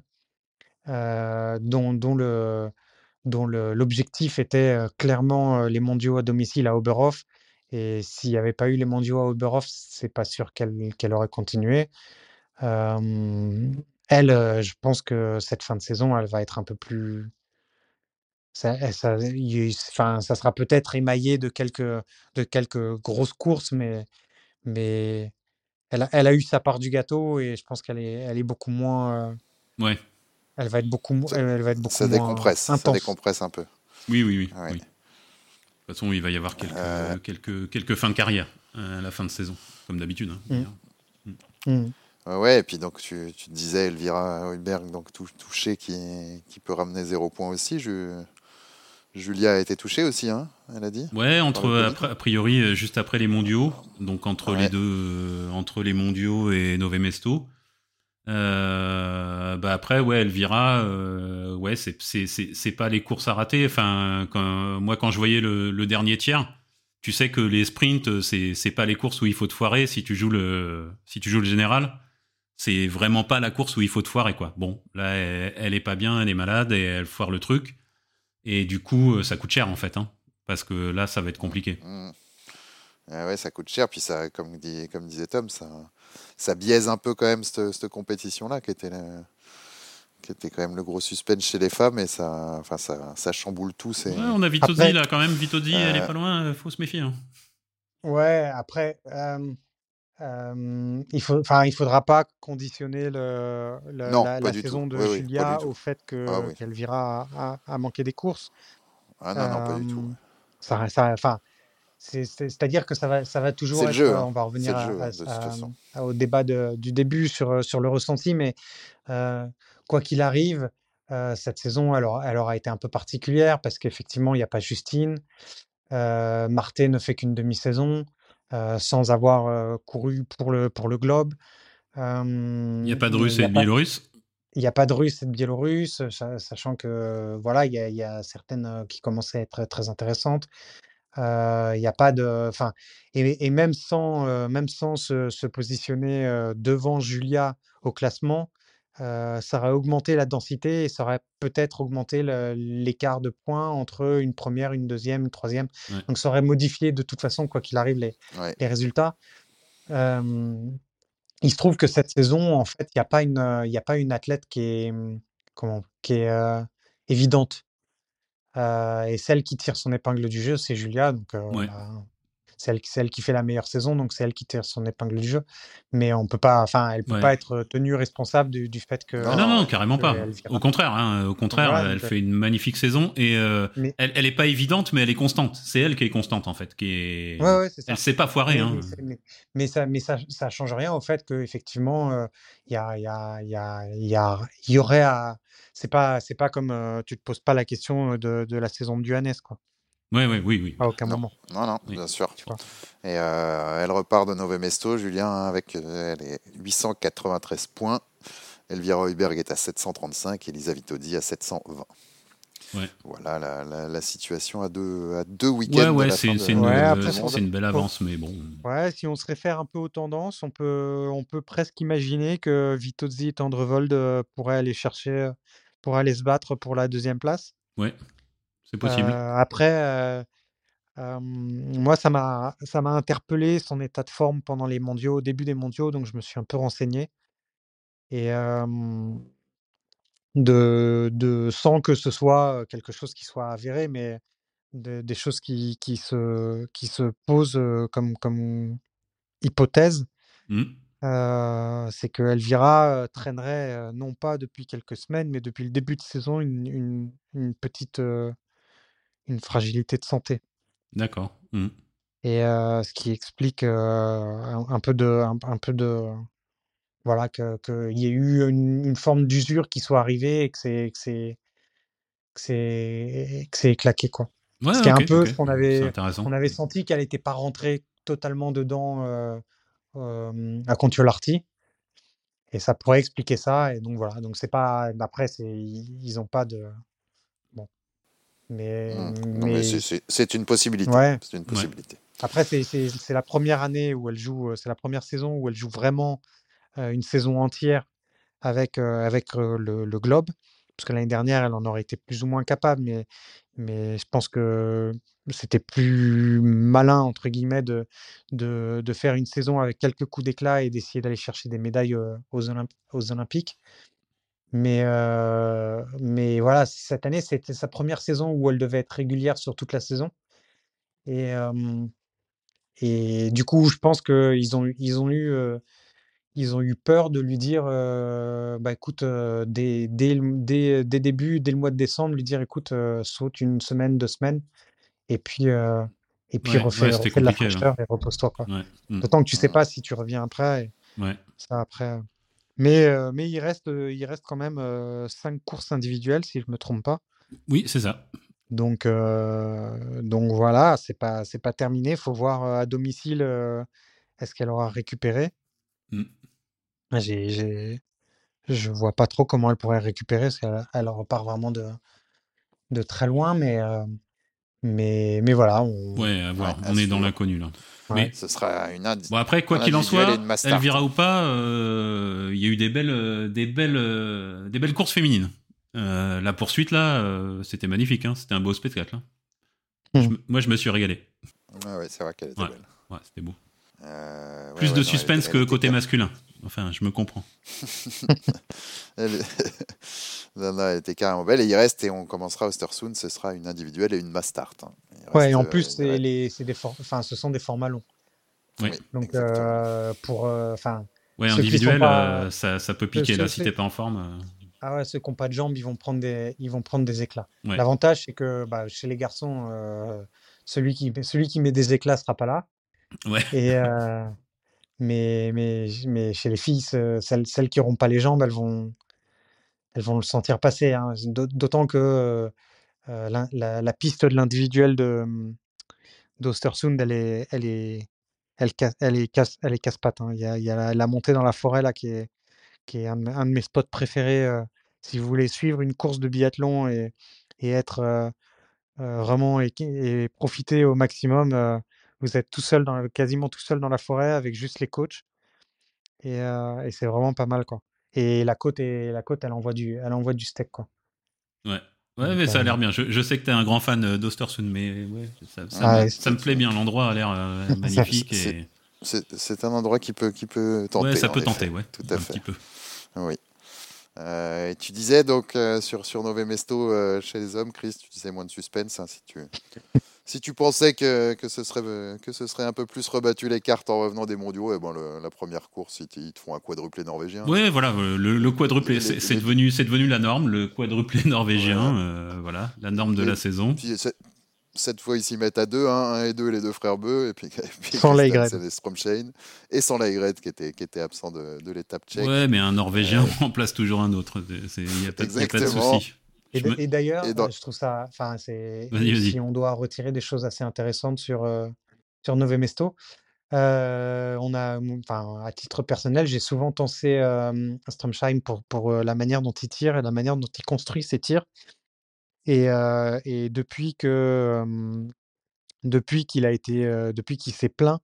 dont l'objectif était clairement les mondiaux à domicile à Oberhof. Et s'il n'y avait pas eu les mondiaux à Oberhof, c'est pas sûr qu'elle aurait continué. Euh, Elle, je pense que cette fin de saison, elle va être un peu plus. Enfin, ça sera peut-être émaillé de quelques grosses courses, mais elle a eu sa part du gâteau et je pense qu'elle est beaucoup moins. Ouais. Elle va être beaucoup, Ça, elle va être beaucoup ça moins décompresse, ça intense. décompresse un peu. Ouais. Oui. De toute façon, il va y avoir Euh, quelques fins de carrière à la fin de saison, comme d'habitude. Hein, Mm, d'ailleurs. Mm. mm. ouais, et puis donc tu te disais Elvira Heuberg, donc touché qui peut ramener 0 point aussi. Julia a été touchée aussi, hein, elle a dit, Ouais, par le Covid. a priori, juste après les mondiaux, donc entre les Ouais. deux, entre les mondiaux et Nove Mesto. Bah après, ouais, Elvira, ouais, c'est pas les courses à rater. Enfin, quand je voyais le dernier tiers, tu sais que les sprints, c'est pas les courses où il faut te foirer si tu joues le général. C'est vraiment pas la course où il faut te foirer, quoi. Bon, là, elle est pas bien, elle est malade et elle foire le truc. Et du coup, ça coûte cher, en fait, hein, parce que là, ça va être compliqué. Mm. Ouais, ça coûte cher, puis ça, comme disait Tom, ça biaise un peu quand même cette compétition-là, qui était quand même le gros suspense chez les femmes, et ça chamboule tout. Ouais, on a Vitozzi, Après, là, quand même. Vitozzi, elle est Euh, pas loin, faut se méfier. Hein. ouais, après, il faudra pas conditionner non, pas la du tout. saison de Oui, oui, pas du Julia tout. au fait Ah oui. qu'Elvira a manqué des courses. Ah non, non, pas du tout. Euh, enfin, c'est-à-dire que ça va C'est toujours le être. jeu, hein. On va C'est revenir le jeu, hein, de toute façon. au débat du début sur le ressenti, mais euh, quoi qu'il arrive, cette saison, elle aura été un peu particulière parce qu'effectivement, il n'y a pas Justine. Marté ne fait qu'une demi-saison sans avoir couru pour le Globe. Il n'y a pas de Il Russe n'y et a de pas, Biélorusse. il y a pas de Russes et de Biélorusses, sachant que voilà, il y a certaines qui commençaient à être très, très intéressantes. Il y a pas de, enfin, et même sans se positionner devant Julia au classement, ça aurait augmenté la densité et ça aurait peut-être augmenté l'écart de points entre une première, une deuxième, une troisième. Ouais. Donc ça aurait modifié de toute façon, quoi qu'il arrive, les, Ouais. les résultats. Euh, il se trouve que cette saison, en fait, il y a pas une athlète qui est évidente. Et celle qui tire son épingle du jeu, c'est Julia. Donc, Ouais. c'est elle qui fait la meilleure saison, donc c'est elle qui tire son épingle du jeu. Mais on peut pas, enfin, elle peut Ouais. pas être tenue responsable du fait que. Ah non, carrément pas. Elvira. Au contraire, hein, au contraire, Voilà, elle fait une magnifique saison et mais elle est pas évidente, mais elle est constante. C'est elle qui est constante en fait, ouais, c'est elle ça. s'est pas foirée. Mais, Hein. mais, c'est- mais ça change rien au fait que effectivement, il y a, il y a, il y a, il y aurait à. C'est pas comme tu te poses pas la question de la saison de Johannes, quoi. Ouais, oui. À aucun Non, moment, non, Oui. bien sûr. tu vois. Et elle repart de Nové Mesto, Julien, hein, avec elle est 893 points. Elvira Heuberg est à 735 et Lisa Vitozzi à 720. Ouais. Voilà la situation à deux week-ends de la fin c'est une belle avance, mais bon. Ouais, si on se réfère un peu aux tendances, on peut presque imaginer que Vitozzi et Tendrevold pourraient aller se battre pour la deuxième place. Ouais, c'est possible. Après, moi, ça m'a interpellé son état de forme pendant les mondiaux, au début des mondiaux, donc je me suis un peu renseigné. Et sans que ce soit quelque chose qui soit avéré, mais des choses qui se posent comme hypothèse. Hmm. C'est que Elvira traînerait non pas depuis quelques semaines, mais depuis le début de saison, une petite une fragilité de santé. D'accord. Hmm. Et ce qui explique un peu de voilà qu'il y ait eu une forme d'usure qui soit arrivée et que c'est éclaté, quoi. Ouais, Ce qui est un ok. peu C'est intéressant. on avait senti qu'elle n'était pas rentrée totalement dedans à Kontiolahti. Et ça pourrait expliquer ça. Et donc voilà. Donc c'est pas. Après, ils ont pas de. Bon. Non, mais Mais c'est une possibilité. ouais. C'est une Ouais. possibilité. Après, c'est la première année où elle joue. C'est la première saison où elle joue vraiment une saison entière avec le Globe. Parce que l'année dernière, elle en aurait été plus ou moins capable. Mais je pense que c'était plus malin, entre guillemets, de faire une saison avec quelques coups d'éclat et d'essayer d'aller chercher des médailles aux Olympiques. Mais voilà, cette année, c'était sa première saison où elle devait être régulière sur toute la saison. Et, du coup, je pense ils ont eu peur de lui dire, bah écoute, dès début, dès le mois de décembre, lui dire, écoute, saute une semaine, 2 semaines, et puis, euh, Ouais, c'était refais de la compliqué là. fraîcheur et repose-toi, quoi. Ouais. Hmm. D'autant que tu sais Hum. pas si tu reviens après, et Ouais. ça après. Mais il reste quand même 5 courses individuelles, si je me trompe pas. Oui, c'est ça. Donc voilà, c'est pas terminé. Faut voir à domicile, est-ce qu'elle aura récupéré. Hmm. J'ai, je vois pas trop comment elle pourrait récupérer, parce elle repart vraiment de très loin, mais voilà, Ouais, à voir. Ouais, à On est dans suivre. l'inconnu là. ouais. Mais Ce sera bon, après, quoi un qu'il en individuel et soit, une mass start. Elvira ou pas, il y a eu des belles courses féminines. La poursuite là, c'était magnifique. Hein. C'était un beau spectacle. Hein. Moi, je me suis régalé. Ouais, c'est vrai qu'elle était Ouais, belle. ouais, c'était beau. Plus de suspense que côté masculin. Enfin, je me comprends. Elle... elle était carrément belle. Et il reste, et on commencera Östersund, ce sera une individuelle et une mass start. Hein. Ouais, et en plus, ce sont des formats longs. Oui. Donc, ouais, ceux qui sont individuel, pas, ça peut piquer là. Si t'es pas en forme. Ah ouais, ceux qui n'ont pas de jambes, ils vont prendre des éclats. Ouais. L'avantage, c'est que bah, chez les garçons, celui qui met des éclats sera pas là. Ouais. Et, mais chez les filles, celles qui n'auront pas les jambes, elles vont le sentir passer. Hein. D'autant que la piste de l'individuel d'Ostersund, elle est casse-pattes. Hein. Il y a la montée dans la forêt là qui est un de mes spots préférés. Si vous voulez suivre une course de biathlon et être vraiment et profiter au maximum, vous êtes quasiment tout seul dans la forêt avec juste les coachs et c'est vraiment pas mal, quoi. Et la côte, elle envoie du steak, quoi. Ouais. Ouais, Donc, mais ça a l'air bien. Je sais que t'es un grand fan d'Ostersund, mais ouais, ça ah, me plaît bien. L'endroit a l'air magnifique. C'est Et... C'est un endroit qui peut Ouais, tenter, ça en peut tenter, effet. ouais, Tout à un fait. petit peu. Oui. Et tu disais donc sur Nove Mesto chez les hommes, Chris, tu disais moins de suspense, hein, si tu pensais que ce serait un peu plus rebattu les cartes en revenant des mondiaux, et bon, la première course, ils te font un quadruplé norvégien, hein. Ouais, voilà, le quadruplé, Les, c'est les- devenu la norme, le quadruplé voilà. norvégien, voilà, la norme de Et la saison. puis cette fois, ils s'y mettent à deux, hein, un et deux, les deux frères Beu, et puis, et puis Sans la Y. Christensen et Stromschein, et sans Laigret qui était absent de l'étape Ouais, tchèque. mais un Norvégien Euh, remplace toujours un autre. Il y a pas de exactement. souci. Et Et d'ailleurs, dans... je trouve ça, enfin, Vas-y, si vas-y. on doit retirer des choses assez intéressantes sur Nove Mesto, enfin, à titre personnel, j'ai souvent pensé à Stromsheim pour la manière dont il tire et la manière dont il construit ses tirs. Et depuis qu'il s'est plaint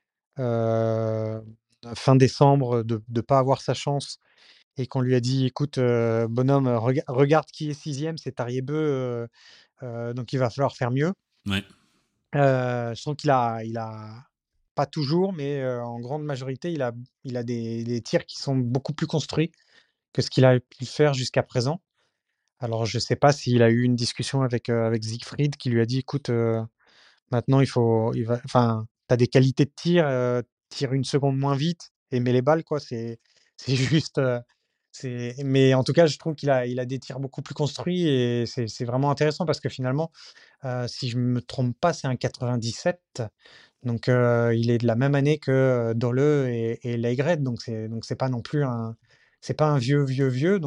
euh, fin décembre de ne pas avoir sa chance et qu'on lui a dit, écoute, bonhomme, regarde qui est sixième, c'est Tariebeu, donc il va falloir faire mieux. Ouais, Je trouve qu'il a pas toujours, mais en grande majorité, il a des tirs qui sont beaucoup plus construits que ce qu'il a pu faire jusqu'à présent. Alors, je ne sais pas s'il a eu une discussion avec Siegfried qui lui a dit, écoute, maintenant, enfin, tu as des qualités de tir, tire une seconde moins vite et mets les balles, quoi. C'est juste. Mais en tout cas, je trouve qu'il a des tirs beaucoup plus construits et c'est vraiment intéressant parce que finalement, si je ne me trompe pas, c'est un 97. Donc, il est de la même année que Dolle et Leigret. Donc c'est pas non plus un. C'est pas un vieux, vieux, vieux.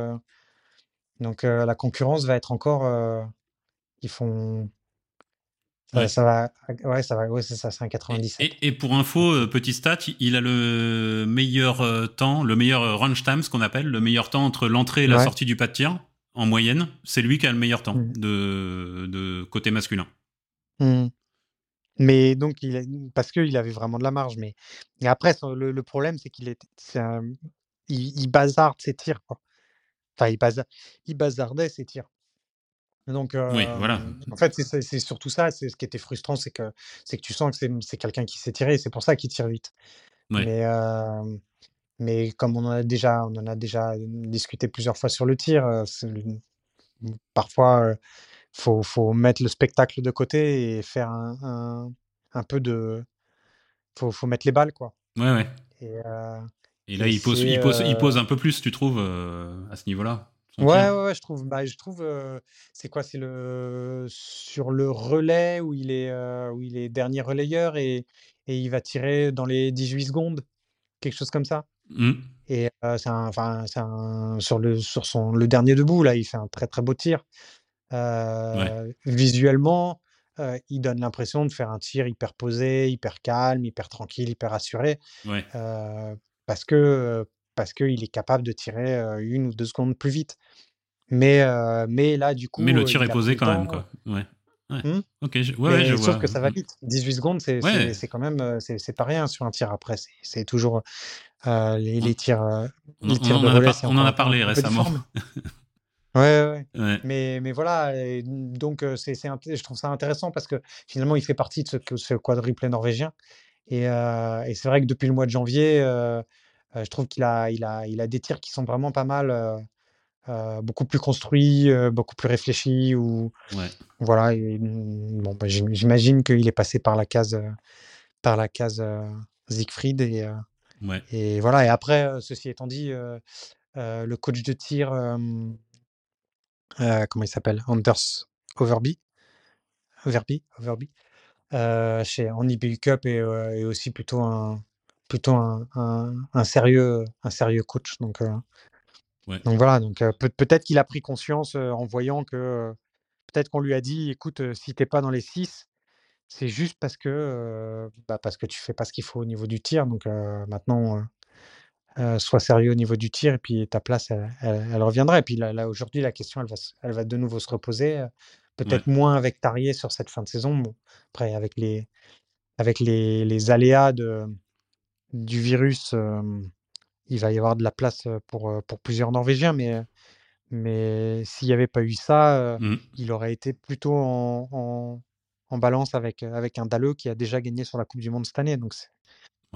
Donc, la concurrence va être encore. Ils font. ouais. Ça va. Ouais, ça va. Ouais, c'est ça, c'est un Et, 97. et, et pour info, petit stat, il a le meilleur temps, le meilleur range time, ce qu'on appelle, le meilleur temps entre l'entrée et la Ouais. sortie du pas de tir, en moyenne. C'est lui qui a le meilleur temps Mm. de côté masculin. Mm. Mais donc, parce qu'il avait vraiment de la marge. Mais et après, le problème, c'est il bazarde ses tirs, quoi. Enfin, il bazardait ses tirs. Donc, Oui, voilà. en fait, c'est surtout ça. C'est ce qui était frustrant, c'est que tu sens que c'est quelqu'un qui sait tirer. C'est pour ça qu'il tire vite. Ouais, Mais comme on en a déjà discuté plusieurs fois sur le tir, parfois, faut mettre le spectacle de côté et faire un peu de. Faut mettre les balles, quoi. ouais, ouais. Et, euh, Et là, et il pose un peu plus, tu trouves, à ce niveau-là, son tir. ouais, ouais, ouais, je trouve, c'est quoi? C'est sur le relais où il est dernier relayeur et il va tirer dans les 18 secondes, quelque chose comme ça. Mm. Et enfin, le dernier debout, là, il fait un très très beau tir. Ouais, Visuellement, il donne l'impression de faire un tir hyper posé, hyper calme, hyper tranquille, hyper assuré, ouais. euh, parce que qu'il est capable de tirer 1 ou 2 secondes plus vite. Mais là, du Mais le coup, tir est il a pris posé le quand même, temps. quoi. Ouais. Ouais. Hmm. Ok, ouais, je Mais sauf vois. que ça va Mm. vite. 18 secondes, c'est Ouais, c'est- c'est quand même, c'est pas rien sur un tir après. C'est toujours les, on, les tirs, on, les on tirs en de a, relais, c'est on en encore a un parlé peu récemment. différent. Ouais, ouais, ouais. Ouais, Mais voilà, et donc je trouve ça intéressant parce que finalement, il fait partie de ce quadruplé norvégien. Et c'est vrai que depuis le mois de janvier, je trouve qu'il a des tirs qui sont vraiment pas mal, beaucoup plus construits, beaucoup plus réfléchis. ouais, Voilà, bon, bah, j'imagine qu'il est passé par la case Siegfried. ouais. Et voilà, et après, ceci étant dit, le coach de tir, comment il s'appelle? Anders Overby. Overby, en IBU Cup est aussi plutôt un sérieux coach. Donc, Ouais. voilà, donc peut-être qu'il a pris conscience en voyant que peut-être qu'on lui a dit, écoute, si t'es pas dans les 6, c'est juste parce que tu fais pas ce qu'il faut au niveau du tir. Donc maintenant, sois sérieux au niveau du tir et puis ta place, elle reviendra. Et puis là, aujourd'hui, la question, elle va de nouveau se reposer. Ouais. Peut-être moins avec Tarier sur cette fin de saison. Bon, après, avec les aléas du virus, il va y avoir de la place pour plusieurs Norvégiens. Mais s'il n'y avait pas eu ça, Mm. il aurait été plutôt en balance avec un Dalleux qui a déjà gagné sur la Coupe du Monde cette année. Donc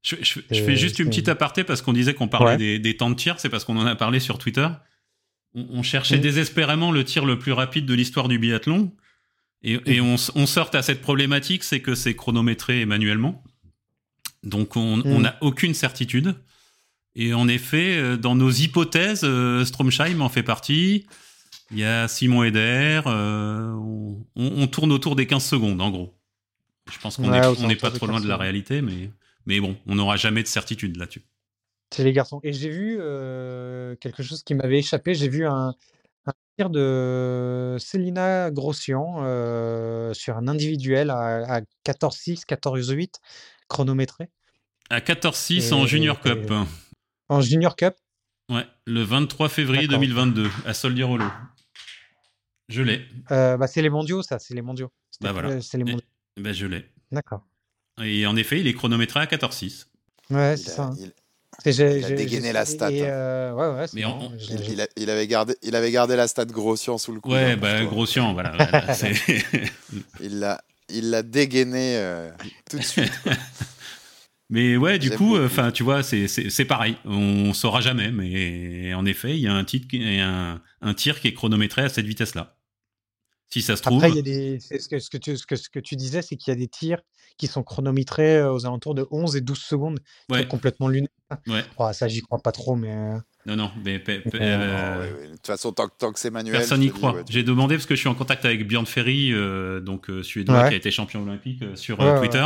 Je fais juste une petite aparté parce qu'on disait qu'on parlait des temps de tir, c'est parce qu'on en a parlé sur Twitter. On cherchait désespérément le tir le plus rapide de l'histoire du biathlon et on sort à cette problématique, c'est que c'est chronométré manuellement. Donc on n'a aucune certitude. Et en effet, dans nos hypothèses, Stromsheim en fait partie. Il y a Simon Eder. On tourne autour des 15 secondes, en gros. Je pense qu'on n'est pas trop loin de la réalité, mais bon, on n'aura jamais de certitude là-dessus. C'est les garçons. Et j'ai vu quelque chose qui m'avait échappé. J'ai vu un tir de Célina Grossian sur un individuel à 14-6, 14-8, chronométré. À 14-6 en Junior Cup. En Junior Cup. Ouais, le 23 février 2022, à Soldier-Hollow. Je l'ai. C'est les mondiaux, ça, c'est les mondiaux. Voilà. C'est les mondiaux. Je l'ai. D'accord. Et en effet, il est chronométré à 14-6. Ouais, c'est ça. Il a dégainé la stat. Mais il avait gardé la stat Grossian sous le coude. Ouais, Grossian, voilà. il l'a dégainé tout de suite. Mais ouais, du coup, tu vois, c'est pareil. On saura jamais, mais en effet, il y a un tir qui est chronométré à cette vitesse-là. Si ça se trouve. Après, il y a ce que tu disais, c'est qu'il y a des tirs qui sont chronométrés aux alentours de 11 et 12 secondes. Ouais. C'est complètement lunaire. Ouais. Oh, ça, j'y crois pas trop, mais. Non, mais. De toute façon, tant que c'est manuel. Personne n'y croit. J'ai demandé parce que je suis en contact avec Björn Ferry, suédois qui a été champion olympique sur Twitter.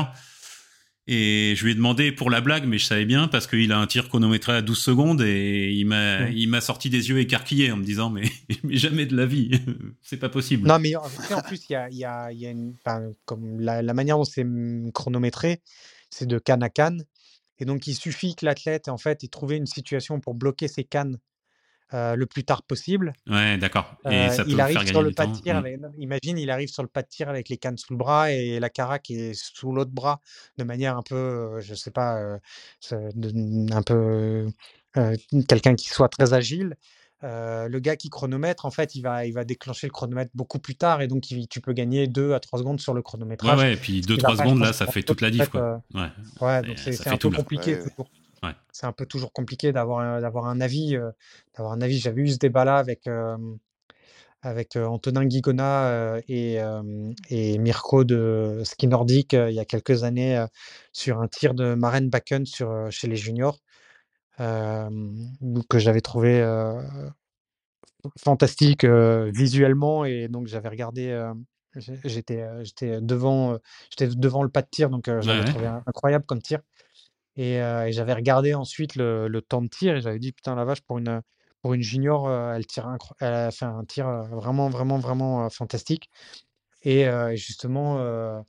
Et je lui ai demandé pour la blague, mais je savais bien parce qu'il a un tir chronométré à 12 secondes et il m'a sorti des yeux écarquillés en me disant mais jamais de la vie, c'est pas possible. Non, mais en plus, il y a comme la manière dont c'est chronométré, c'est de canne à canne. Et donc, il suffit que l'athlète, en fait, ait trouvé une situation pour bloquer ses cannes le plus tard possible. Ouais, d'accord. Et ça peut il arrive faire sur gagner le du pas temps. de tir. Imagine, il arrive sur le pas de tir avec les cannes sous le bras et la caraque est sous l'autre bras de manière un peu, je sais pas, un peu quelqu'un qui soit très agile. Le gars qui chronomètre, en fait, il va déclencher le chronomètre beaucoup plus tard et donc tu peux gagner 2 à 3 secondes sur le chronométrage. Ouais, et puis 2-3 secondes, là, ça fait toute la diff. Ouais, donc c'est un peu compliqué toujours. Ouais. C'est un peu toujours compliqué d'avoir un avis. J'avais eu ce débat-là avec Antonin Guigona et Mirko de Ski Nordique il y a quelques années sur un tir de Maren Bakken chez les juniors que j'avais trouvé fantastique visuellement et donc j'avais regardé. J'étais devant le pas de tir donc j'avais trouvé incroyable comme tir. Et j'avais regardé ensuite le temps de tir et j'avais dit putain la vache pour une junior elle a fait un tir vraiment vraiment vraiment fantastique et justement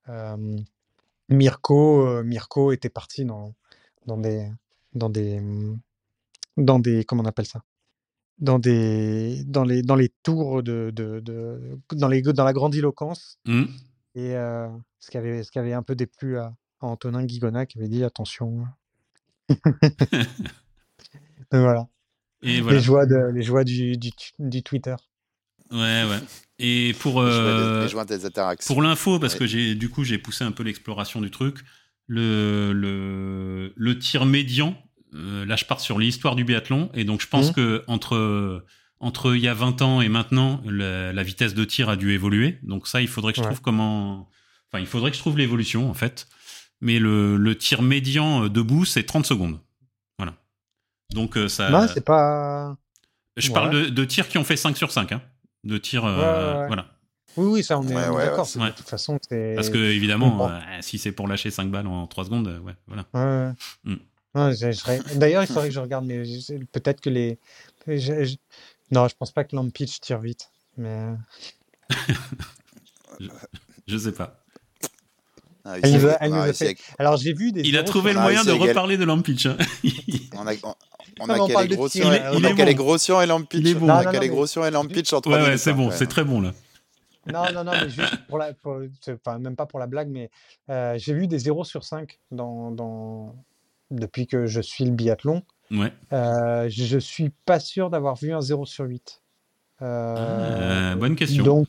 Mirko était parti dans des comment on appelle ça dans les tours dans la grandiloquence et ce qui avait un peu déplu à Antonin Guigona qui avait dit attention. Voilà. Et voilà. Les joies du Twitter. Ouais. Et pour les joies des interactions. Pour l'info, parce que j'ai poussé un peu l'exploration du truc. Le tir médian. Là, je pars sur l'histoire du biathlon, et donc je pense que entre il y a 20 ans et maintenant, la vitesse de tir a dû évoluer. Donc ça, il faudrait que je trouve il faudrait que je trouve l'évolution en fait. Mais le tir médian debout, c'est 30 secondes. Voilà. Donc ça. Non, c'est pas. Je parle de tirs qui ont fait 5 sur 5, hein. De tirs, voilà. Oui, ça, on est d'accord. De toute façon, c'est. Parce que, évidemment, si c'est pour lâcher 5 balles en 3 secondes, voilà. D'ailleurs, il faudrait que je regarde, mais peut-être que non, je pense pas que Lampitch tire vite, mais. Je sais pas. Alors, j'ai vu des. Il a trouvé le moyen de reparler de Lampitch. Hein. On a calé Grossian et Lampitch. On a calé Grossian et Lampitch en 3 minutes. Ouais, c'est bon, c'est très bon là. Non, mais juste même pas pour la blague, mais j'ai vu des 0 sur 5 depuis que je suis le biathlon. Ouais. Je suis pas sûr d'avoir vu un 0 sur 8. Bonne question. Donc,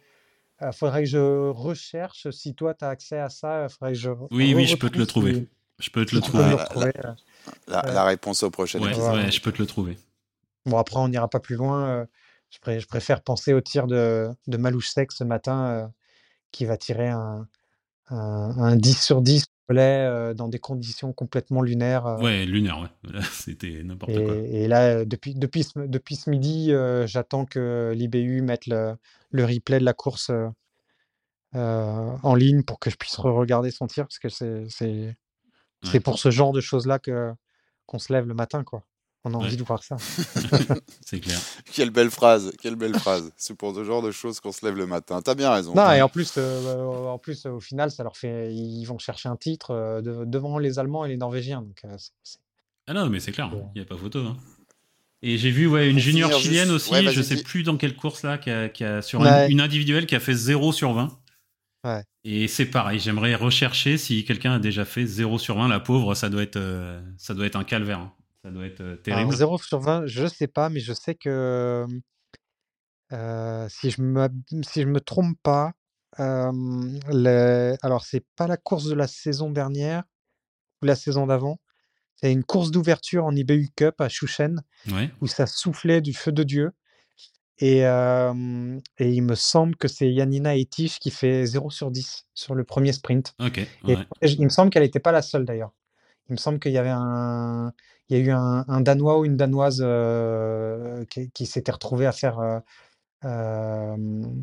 faudrait que je recherche. Si toi, tu as accès à ça, faudrait que je. Oui, je peux te le trouver. Je peux te Si le tu peux me trouver. le la, retrouver. la réponse au prochain Ouais, épisode. Voilà. ouais, je peux te le trouver. Bon, après, on n'ira pas plus loin. Je préfère penser au tir de Malouche Sec ce matin, qui va tirer un 10 sur 10 au volet, dans des conditions complètement lunaires. Ouais, lunaire, ouais. Là, c'était n'importe quoi. Et là, depuis ce midi, j'attends que l'IBU mette le replay de la course en ligne pour que je puisse re-regarder son tir, parce que c'est Ouais, pour ce genre de choses-là qu'on se lève le matin, quoi. On a ouais, envie de voir ça. c'est clair. Quelle belle phrase, quelle belle phrase. C'est pour ce genre de choses qu'on se lève le matin. T'as bien raison. Non, et Ouais. en plus, au final, ça leur fait, ils vont chercher un titre devant les Allemands et les Norvégiens. Donc, Ah non, mais c'est clair, c'est- il n'y a pas photo. Hein. Et j'ai vu une Pour junior finir, chilienne juste. Ouais, aussi, je vas-y, sais dis. plus dans quelle course là, qui a sur Ouais, une individuelle qui a fait 0 sur 20. ouais. Et c'est pareil, j'aimerais rechercher si quelqu'un a déjà fait 0 sur 20. La pauvre, ça doit être un calvaire. Hein. Ça doit être Alors, terrible. 0 sur 20, je sais pas, mais je sais que si je me trompe pas, alors c'est pas la course de la saison dernière ou la saison d'avant. C'est une course d'ouverture en IBU Cup à Shushen Ouais, où ça soufflait du feu de Dieu. Et il me semble que c'est Yanina Etich qui fait 0 sur 10 sur le premier sprint. ok, Et ouais. il me semble qu'elle n'était pas la seule d'ailleurs. Il me semble il y a eu un Danois ou une Danoise qui s'était retrouvé à faire euh,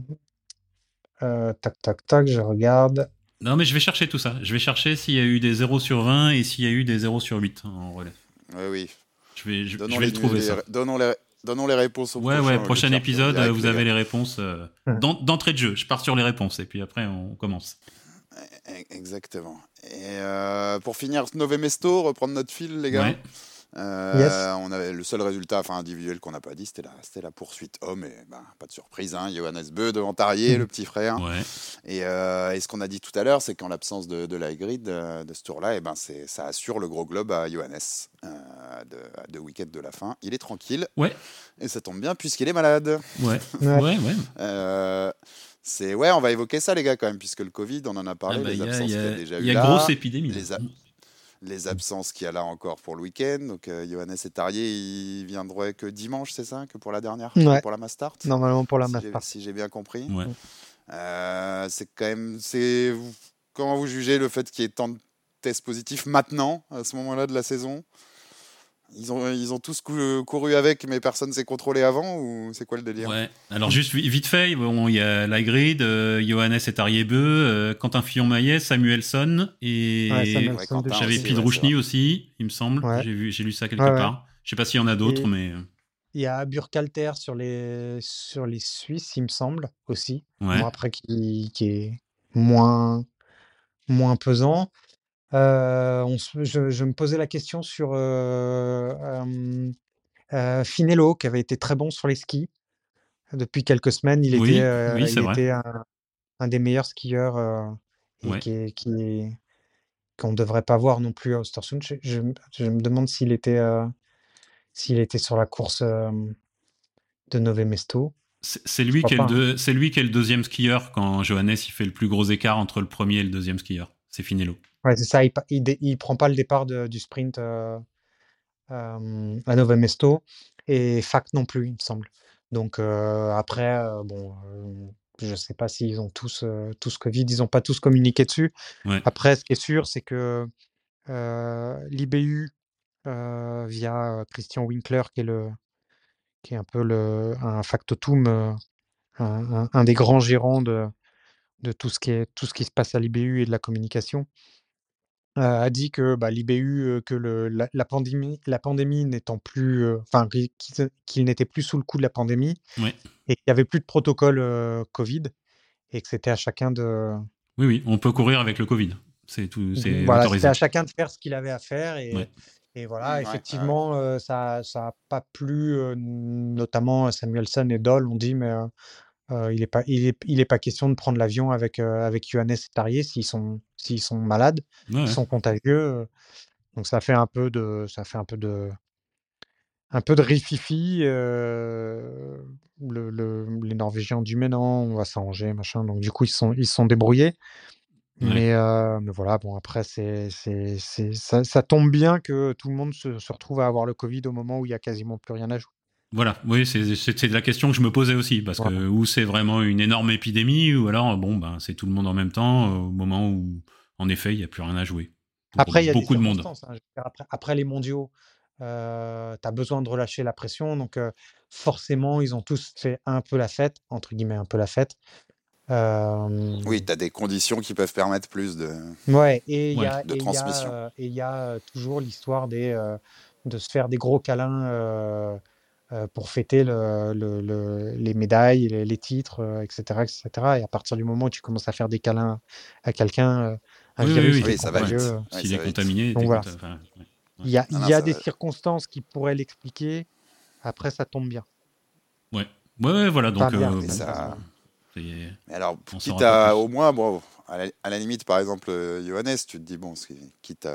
tac tac tac, je regarde. Non, mais je vais chercher tout ça. Je vais chercher s'il y a eu des 0 sur 20 et s'il y a eu des 0 sur 8 en relais. Ouais, oui. Je Donnons vais les, le trouver ça. donnons les réponses au Ouais, prochain. ouais, Au lieu de prochain faire épisode, direct, vous les avez gars. les réponses d'entrée de jeu. Je pars sur les réponses et puis après on commence. Exactement. Et pour finir, Nové Mesto, reprendre notre fil, les gars. Ouais, Yes. On avait le seul résultat individuel qu'on n'a pas dit, c'était la poursuite homme. Et ben, pas de surprise, hein, Johannes Beu devant Tarier, le petit frère. ouais. Et ce qu'on a dit tout à l'heure, c'est qu'en l'absence de Laigrid de ce tour-là, et ben ça assure le gros globe à Johannes de week-end de la fin. Il est tranquille. Ouais, Et ça tombe bien puisqu'il est malade. ouais, Ouais. ouais, ouais. On va évoquer ça, les gars, quand même, puisque le Covid, on en a Ah parlé, bah, les absences qu'il y a déjà il eu y a là. grosse épidémie. Les, Là. les absences qu'il y a là encore pour le week-end. Donc, Johannes et Tarier, ils viendraient que dimanche, c'est ça? Que pour la dernière? Ouais. Pour la Mastart? Normalement pour la Si Mastart. si j'ai bien compris. Ouais. C'est quand même. Comment vous jugez le fait qu'il y ait tant de tests positifs maintenant, à ce moment-là de la saison? Ils ont tous couru avec, mais personne s'est contrôlé avant, ou c'est quoi le délire? Ouais. Alors juste vite fait, bon, il y a Laigrid, Johannes et Tariebeu, Quentin Fillon-Maillet, Samuelson et Ouais, Samuelson Ouais, Quentin j'avais aussi, Pidrouchny ouais, aussi, il me semble. Ouais. J'ai lu ça quelque Ouais, ouais. part. Je sais pas s'il y en a d'autres, Et mais il y a Burkhalter sur les Suisses, il me semble, aussi. ouais. Bon, après, qui est moins pesant. Je me posais la question sur Finello, qui avait été très bon sur les skis. Depuis quelques semaines, Oui, oui, c'est il vrai. était un des meilleurs skieurs et Ouais. qu'on ne devrait pas voir non plus à Östersund. Je me demande s'il était sur la course de Nové Mesto. C'est Je lui crois qui est pas, hein. c'est lui qui est le deuxième skieur quand Johannes il fait le plus gros écart entre le premier et le deuxième skieur. C'est Finello. Ouais, c'est ça. Il prend pas le départ du sprint à Nové Mesto et Fac non plus, il me semble. Donc après, bon, je sais pas s'ils ont tous Covid, ils n'ont pas tous communiqué dessus. Ouais. Après, ce qui est sûr, c'est que l'IBU, via Christian Winkler, qui est un peu un factotum, un des grands gérants de tout ce qui se passe à l'IBU et de la communication, a dit que bah, l'IBU, que la pandémie n'étant plus, enfin, qu'il n'était plus sous le coup de la pandémie Ouais. et qu'il n'y avait plus de protocole Covid et que c'était à chacun de, Oui, oui, on peut courir avec le Covid. C'est tout, c'est voilà, c'était autorisé. à chacun de faire ce qu'il avait à faire Ouais. et voilà, Ouais, effectivement, ça a pas plu, notamment Samuelson et Doll ont dit, mais il est pas question de prendre l'avion avec Johannes et Tarier s'ils sont malades, Ouais, ouais. ils sont contagieux. Donc un peu de rififi. Les Norvégiens ont dit mais non, on va s'arranger, machin. Donc du coup ils se sont débrouillés. Mais voilà, bon, après, ça tombe bien que tout le monde se retrouve à avoir le Covid au moment où il y a quasiment plus rien à jouer. Voilà, oui, c'est la question que je me posais aussi, parce que où c'est vraiment une énorme épidémie, ou alors, c'est tout le monde en même temps, au moment où, en effet, il n'y a plus rien à jouer. Après, il y a beaucoup des de monde. circonstances. Après les mondiaux, tu as besoin de relâcher la pression, donc forcément, ils ont tous fait un peu la fête, entre guillemets, un peu la fête. Oui, tu as des conditions qui peuvent permettre plus de, de transmission. Et il y a toujours l'histoire de se faire des gros câlins pour fêter les médailles, les titres, etc., etc. Et à partir du moment où tu commences à faire des câlins à quelqu'un, un virus qui est ça va vite. contagieux, s'il est contaminé. Donc voilà. Il y a des circonstances qui pourraient l'expliquer. Après, ça tombe bien. Ouais, voilà. Donc, mais alors, quitte à, au moins, à la limite, par exemple, Johannes, tu te dis, bon, quitte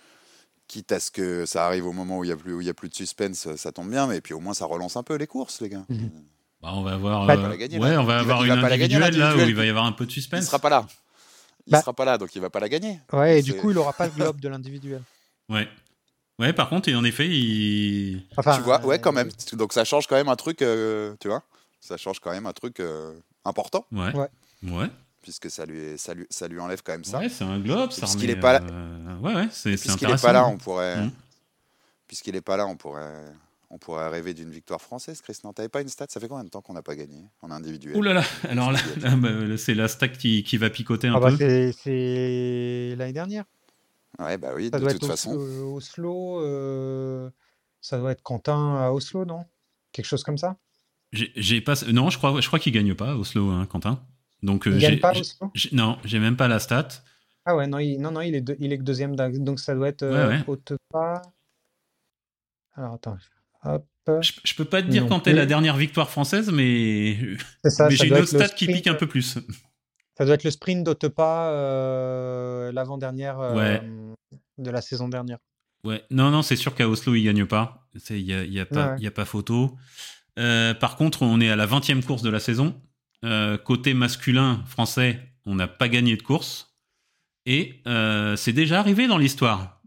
à ce que ça arrive au moment où il y a plus de suspense, ça tombe bien, mais puis au moins ça relance un peu les courses, les gars. On va avoir, on va avoir une individuelle là où il va y avoir un peu de suspense. Il sera pas là. Il sera pas là, donc il va pas la gagner. Ouais, et du coup, il aura pas le globe de l'individuel. Ouais, par contre, et en effet, tu vois, quand même. Donc ça change quand même un truc, tu vois. Ça change quand même un truc important. Ouais. Puisque ça lui enlève quand même ça. Ouais, c'est un globe, ça puisqu'il est pas là. C'est puisqu'il est pas là, on pourrait. Puisqu'il est pas là, on pourrait rêver d'une victoire française. Chris, non, t'avais pas une stat? Ça fait combien de temps qu'on n'a pas gagné en individuel? Ouh là là. Alors là, c'est la stat qui va picoter un peu. C'est l'année dernière. Ouais, bah oui, de toute façon. Oslo, ça doit être Quentin à Oslo, non? Quelque chose comme ça? Non, je crois qu'il gagne pas Oslo, hein, Quentin. Donc, il gagne pas Oslo? Non, j'ai même pas la stat. Ah ouais, non, il est que deuxième, donc ça doit être Haute-Pas. Alors attends, hop. Je peux pas te dire quand est la dernière victoire française, mais j'ai une autre stat qui pique un peu plus. Ça doit être le sprint d'Haute-Pas, l'avant-dernière de la saison dernière. Ouais, non, c'est sûr qu'à Oslo, il gagne pas. Il y a pas photo. Par contre, on est à la 20e course de la saison. Côté masculin français, on n'a pas gagné de course. Et c'est déjà arrivé dans l'histoire.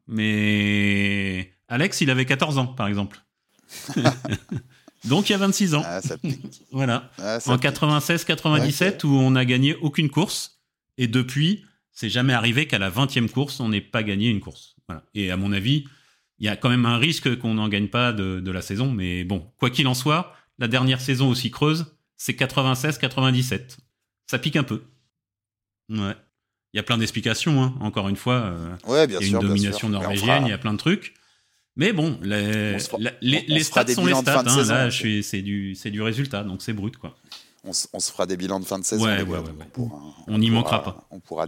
Mais Alex, il avait 14 ans, par exemple. Donc il y a 26 ans. Ça pique. Voilà. En 96-97, où on n'a gagné aucune course. Et depuis, c'est jamais arrivé qu'à la 20e course, on n'ait pas gagné une course. Voilà. Et à mon avis, il y a quand même un risque qu'on n'en gagne pas de la saison. Mais bon, quoi qu'il en soit, la dernière saison aussi creuse, c'est 96-97. Ça pique un peu. Ouais. Il y a plein d'explications, hein. Encore une fois. Bien il y a sûr, une domination norvégienne, il y a plein de trucs. Mais bon, les stats sont les stats. Hein. Là, c'est du résultat, donc c'est brut, quoi. On se fera des bilans de fin de saison. Ouais. On n'y manquera pas.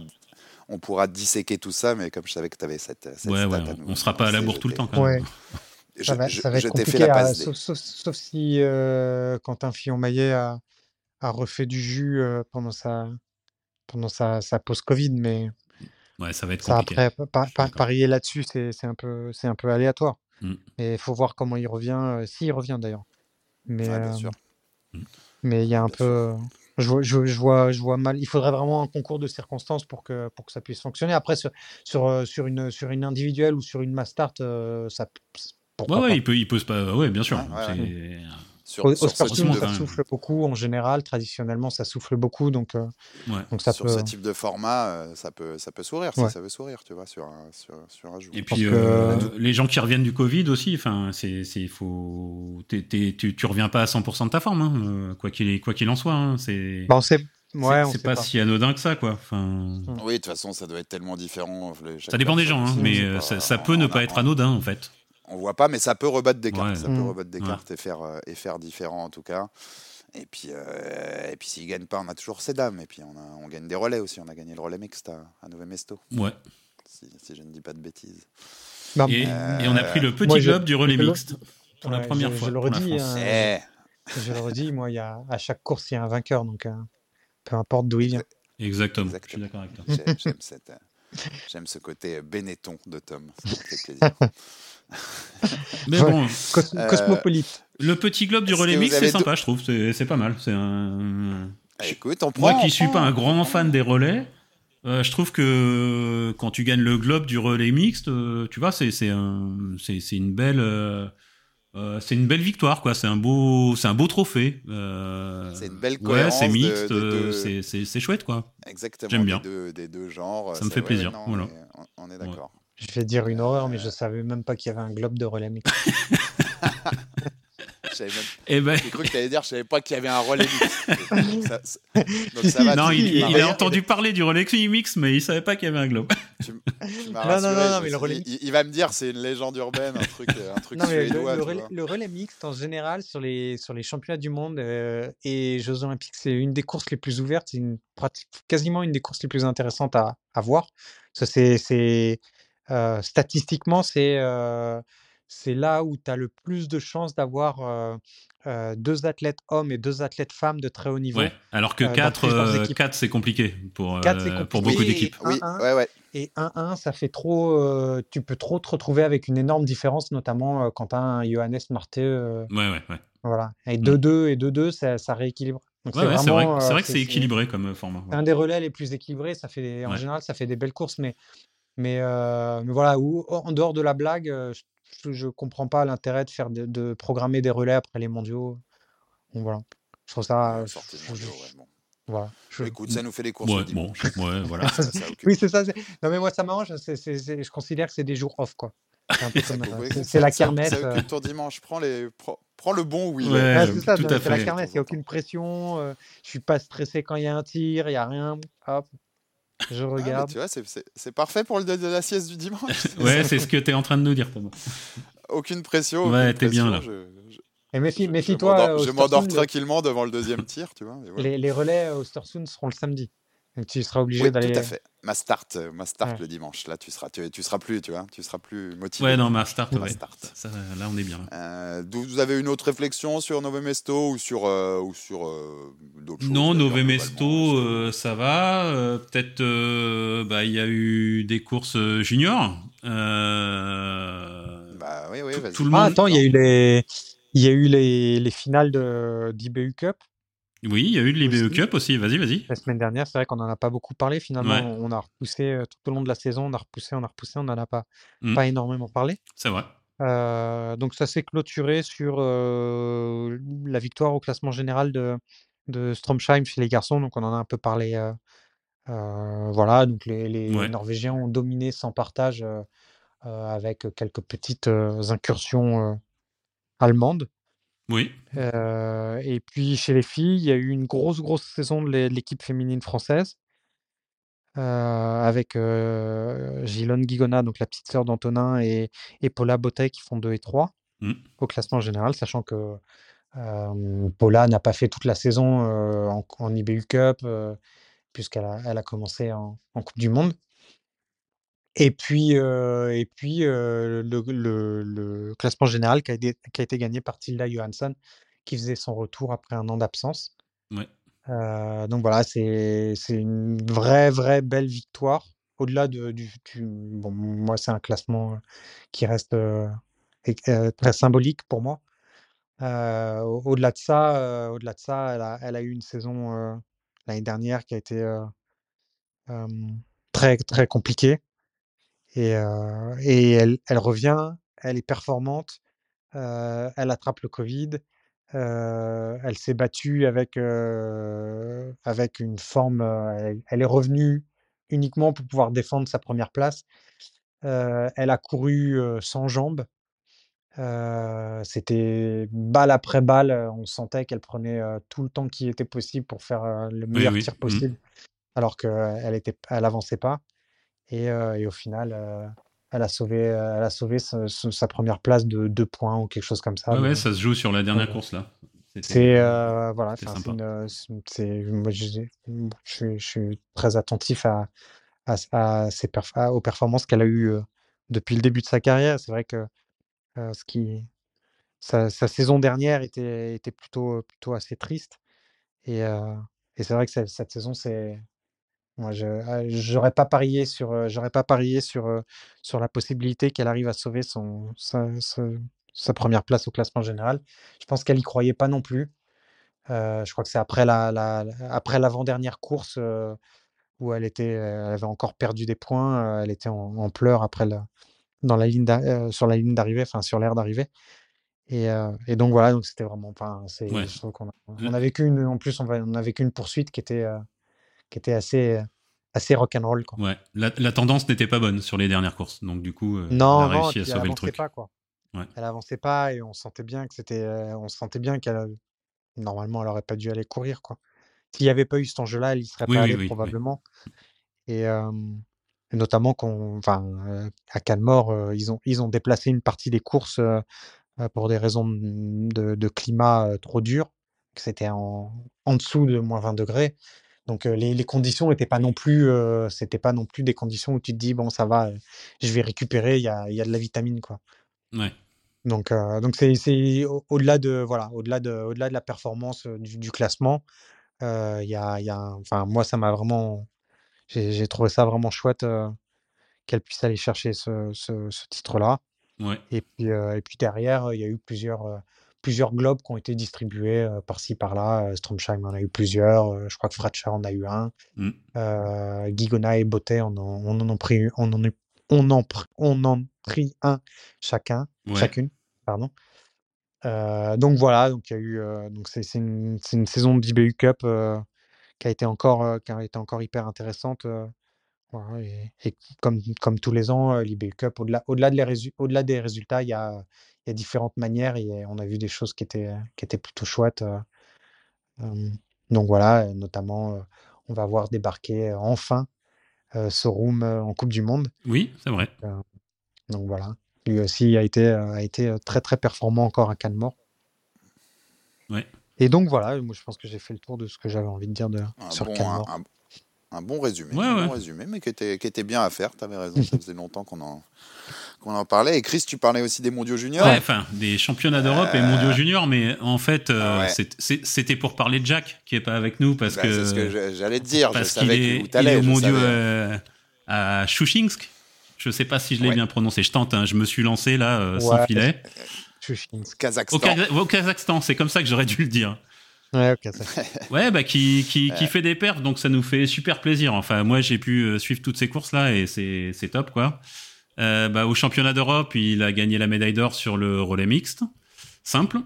On pourra disséquer tout ça, mais comme je savais que tu avais cette stat on ne sera pas à la bourre tout le temps, quand même. Ça va être compliqué, sauf si Quentin Fillon-Maillet a refait du jus pendant sa post-Covid, mais ça va être compliqué. Après, parier là-dessus, c'est un peu aléatoire. Et il faut voir comment il revient, s'il revient d'ailleurs. Mais bien sûr. Mais il y a un peu, je vois mal. Il faudrait vraiment un concours de circonstances pour que ça puisse fonctionner. Après, sur une individuelle ou sur une mass start, ça. Il peut se pas. Ouais, bien sûr. Au Sporting, ça souffle beaucoup en général. Traditionnellement, ça souffle beaucoup, donc ça sur ce type de format, ça peut sourire si ça veut sourire, tu vois, sur un jour. Et puis les gens qui reviennent du Covid aussi, enfin, tu reviens pas à 100% de ta forme, hein, quoi qu'il en soit. Hein, c'est pas si anodin que ça, quoi. Enfin. Oui, de toute façon, ça doit être tellement différent. Ça dépend des gens, hein, mais ça peut ne pas être anodin, en fait. On voit pas, mais ça peut rebattre des cartes. Ça peut rebattre des cartes et faire différent en tout cas. Et puis s'ils gagnent pas, on a toujours ces dames. Et puis on gagne des relais aussi. On a gagné le relais mixte à Nové Mesto. Ouais. Si je ne dis pas de bêtises. Et on a pris le petit globe du relais mixte pour la première fois. Je le redis, moi, à chaque course, il y a un vainqueur, donc peu importe d'où il vient. Exactement. Je suis d'accord avec toi. J'aime ce côté Benetton de Tom. Ça me fait plaisir. Mais bon, cosmopolite. Le petit globe du relais mix, c'est sympa, je trouve. C'est pas mal. C'est Écoute, on prend. Moi qui suis pas un grand fan des relais, Je trouve que quand tu gagnes le globe du relais mixte, tu vois, c'est une belle victoire, quoi. C'est un beau trophée. C'est une belle Ouais, c'est cohérence mixte, des deux. c'est chouette, quoi. Exactement, J'aime bien. des deux genres. Ça me fait Ouais, ouais, plaisir. non, Voilà. on est Ouais. d'accord. Je vais dire une horreur, mais je Euh, savais même pas qu'il y avait un globe de relais mixte. je savais même... Eh ben, J'ai cru que tu allais dire, je savais pas qu'il y avait un relais mixte. Donc Si, ça si, va, non, si, il, si, il a entendu parler du relais mix, mais il savait pas qu'il y avait un globe. tu m'as Non, non, non, rassuré. non, Je me mais le suis relais dit, mixte. il va me dire c'est une légende urbaine, un truc Non, mais suédois, tu vois. le relais mixte, en général, sur les championnats du monde et Jeux Olympiques, c'est une des courses les plus ouvertes, c'est quasiment une des courses les plus intéressantes à voir. Ça, statistiquement, c'est là où tu as le plus de chances d'avoir deux athlètes hommes et deux athlètes femmes de très haut Ouais. niveau Alors que dans plusieurs équipes. 4 c'est compliqué 4, c'est pour beaucoup compliqué Oui, d'équipes. oui, 1-1. ouais, ouais. Et 1-1, ça fait trop. Tu peux trop te retrouver avec une énorme différence, notamment quand tu as un Johannes Marté. Ouais, ouais, ouais. Voilà. Et Mm. 2-2 et 2-2, ça rééquilibre. Donc Ouais, c'est ouais, vraiment. c'est vrai que c'est équilibré comme format. C'est Ouais. un des relais les plus équilibrés. En Ouais. général, ça fait des belles courses. Mais voilà, en dehors de la blague, je comprends pas l'intérêt de de programmer des relais après les mondiaux. Donc voilà. Je trouve Ouais, ça. sortie de mondiaux, ouais, bon. Voilà. Bah, écoute, ça nous fait les courses le Ouais, bon, dimanche. ouais, voilà. Ça occupe. Oui, c'est ça. Non, mais moi, ça m'arrange. Je considère que c'est des jours off, quoi. C'est un peu Ça, comme. coupe, ouais, C'est la ça kermesse. occupe ton dimanche. Prends le bon où il est. Ouais, Ouais, Ça c'est occupe ça. tout Non, ton mais à c'est la dimanche de fait. kermesse. Il temps n'y a en temps. aucune pression. Je suis pas stressé quand il y a un tir. Il n'y a rien. Hop, je Ah, mais regarde. tu vois, c'est parfait pour de la sieste du dimanche. Ouais, c'est ce que t'es en train de nous dire, Thomas. Aucune pression, aucune Ouais, t'es bien pression. là. Et méfie-toi, Je m'endors Ostersund, tranquillement devant le deuxième tir, tu vois. Et voilà. les relais Ostersund seront le samedi. Donc tu seras obligé Oui, tout à d'aller. fait. Ma start Ouais. le dimanche. Là, tu seras plus, tu vois, tu seras plus Ouais, motivé. non, ma start, Ma ouais. start. Là, on est bien. Vous avez une autre réflexion sur Nove Mesto ou sur d'autres choses Non, d'ailleurs Nove globalement Mesto, ça va. Peut-être, bah, il y a eu des courses juniors. Bah oui, oui, Tout vas-y, le Ah, monde. attends, profites-en. il y a eu les finales d'IBU Cup Oui, il y a eu de l'IBE aussi Cup aussi. Vas-y, vas-y. la semaine dernière. C'est vrai qu'on n'en a pas beaucoup parlé. Finalement, Ouais. on a repoussé tout au long de la saison. On n'en a Mm, pas énormément parlé. c'est vrai. Donc ça s'est clôturé sur la victoire au classement général de Stromsheim chez les garçons. Donc on en a un peu parlé. Voilà, donc les Ouais. Norvégiens ont dominé sans partage avec quelques petites incursions allemandes. Oui. Et puis chez les filles, il y a eu une grosse saison de l'équipe féminine française avec Gilone Guigona, donc la petite sœur d'Antonin, et Paula Bottet qui font 2 et 3 Mm, au classement général, sachant que Paula n'a pas fait toute la saison en IBU Cup puisqu'elle a commencé en Coupe du Monde. Le classement général qui a été gagné par Tilda Johansson, qui faisait son retour après un an d'absence. ouais. Donc voilà, c'est une vraie belle victoire. Au-delà bon, moi, c'est un classement qui reste très symbolique pour moi. Au-delà de ça, elle a eu une saison l'année dernière qui a été euh, très compliquée. Et elle revient, elle est performante, elle attrape le Covid, elle s'est battue avec une forme, elle est revenue uniquement pour pouvoir défendre sa première place. Elle a couru, sans jambes, c'était balle après balle, on sentait qu'elle prenait, tout le temps qui était possible pour faire, le Oui, meilleur oui. tir Mm. possible, alors qu'elle avançait pas. Et au final, elle a sauvé sa première place de 2 points ou quelque chose comme ça. Ouais, ouais, ça se joue sur la dernière Donc, course là. c'est voilà, C'était enfin, sympa. moi, je suis très attentif aux performances qu'elle a eues depuis le début de sa carrière. C'est vrai que ce qui, sa saison dernière était plutôt assez triste. Et, euh, et c'est vrai que cette saison, moi, j'aurais pas parié sur la possibilité qu'elle arrive à sauver sa première place au classement général. Je pense qu'elle y croyait pas non plus. Je crois que c'est après après l'avant-dernière course. elle avait encore perdu des points. Elle était en pleurs après dans la sur la ligne d'arrivée, enfin sur l'aire d'arrivée. Et donc voilà, donc c'était vraiment, enfin, Ouais. je trouve La, on a vécu en plus, on a vécu une poursuite qui était assez rock'n'roll, quoi. ouais. La tendance n'était pas bonne sur les dernières courses, donc du coup, elle a Non, non, et réussi à puis elle sauver le avançait truc. pas, quoi. Ouais. Elle avançait pas et on sentait bien que on sentait bien normalement, elle aurait pas dû aller courir, quoi. S'il y avait pas eu cet enjeu-là, elle y serait Oui, pas oui, allée oui, oui. probablement. Et, et notamment à Canmore, ils ont déplacé une partie des courses pour des raisons de climat trop dur, que c'était en dessous de -20 degrés. Donc les conditions n'étaient pas non plus, c'était pas non plus des conditions où tu te dis bon ça va, je vais récupérer, il y a de la vitamine quoi. Ouais. Donc c'est au-delà de voilà, au-delà de la performance du classement, il y a enfin moi ça m'a vraiment j'ai trouvé ça vraiment chouette qu'elle puisse aller chercher ce titre-là. Ouais. Et puis derrière, il y a eu plusieurs globes qui ont été distribués par-ci par-là. Stromsheim en a eu plusieurs. Je crois que Fracha en a eu un. Mm. Guigona et Bottet on en a pris, on en pris un Ouais. chacune. Pardon. Donc voilà, donc il y a eu, donc c'est une saison de IBU Cup qui a été encore hyper intéressante. Voilà, et comme tous les ans, l'IBU Cup, au-delà des résultats, il y a différentes manières et on a vu des choses qui étaient plutôt chouettes. Euh, donc voilà, notamment, on va voir débarquer enfin Sorum en Coupe du Monde. Oui, c'est vrai. Euh, donc voilà, lui aussi a été très très performant encore à Canmore. Ouais. Et donc voilà, moi je pense que j'ai fait le tour de ce que j'avais envie de dire Un sur bon, Canmore. Ouais, un ouais. bon résumé, mais qui était bien à faire. T'avais raison, ça faisait longtemps qu'on en parlait. Et Chris, tu parlais aussi des mondiaux Ouais, juniors. enfin, des championnats d'Europe et mondiaux juniors, mais en fait, Ouais, c'était pour parler de Jack, qui est pas avec nous, bah, c'est ce que j'allais te dire. Je parce qu'il savais où est, il est t'allais, aux je mondiaux savais. à Shushinsk. Je sais pas si je l'ai Ouais, bien prononcé. Je tente, hein, je me suis lancé là, sans Ouais, filet. Chouchins. Kazakhstan. Au Kazakhstan, c'est comme ça que j'aurais dû le dire. Ouais, ok, ça. Ouais, bah qui Euh, fait des perfs, donc ça nous fait super plaisir. Enfin, moi j'ai pu suivre toutes ces courses là et c'est top quoi. Bah, au championnat d'Europe, il a gagné la médaille d'or sur le relais mixte, simple.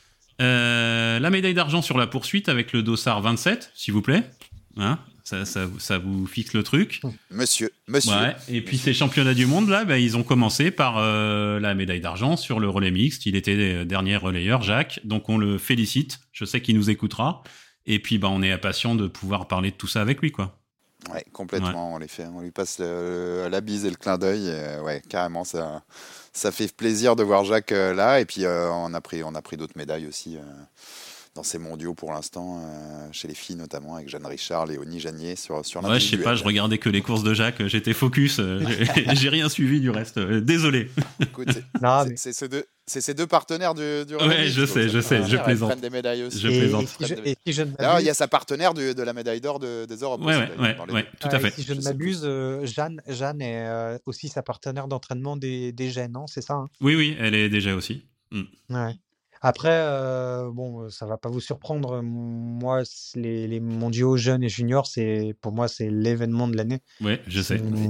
La médaille d'argent sur la poursuite avec le dossard 27, s'il vous plaît. Hein, ça vous fixe le truc. monsieur. Ouais. Et puis ces championnats du monde là, bah, ils ont commencé par la médaille d'argent sur le relais mixte. Il était dernier relayeur, Jacques. Donc on le félicite. Je sais qu'il nous écoutera. Et puis bah on est impatient de pouvoir parler de tout ça avec lui quoi. Ouais, Ouais. complètement. On lui passe la bise et le clin d'œil. Ouais, carrément, ça fait plaisir de voir Jacques là. Et puis on a pris d'autres médailles aussi dans ces mondiaux pour l'instant, chez les filles notamment, avec Jeanne Richard, Léonie Janier sur Ouais, je sais pas, je l'individuel. regardais que les courses de Jacques, j'étais focus, j'ai rien suivi du reste. Désolé. Écoute, Non, mais c'est ces deux partenaires du relais Ouais, mix, donc ça je fait sais, je plaisir. Elles plaisante. prennent des médailles Je aussi. et plaisante. si je ne D'ailleurs, il y a m'abuse, sa partenaire de la médaille d'or des Europes Ouais, aussi, ouais, d'ailleurs, ouais, dans les ouais, deux. tout à et fait. si je Je ne sais plus. m'abuse, Jeanne est aussi sa partenaire d'entraînement des jeunes, non? C'est ça, hein? Oui, oui, elle est déjà aussi. Mm. Ouais. Après, bon, ça va pas vous surprendre. Moi, les mondiaux jeunes et juniors, pour moi, c'est l'événement de l'année. Ouais, je sais. Oui,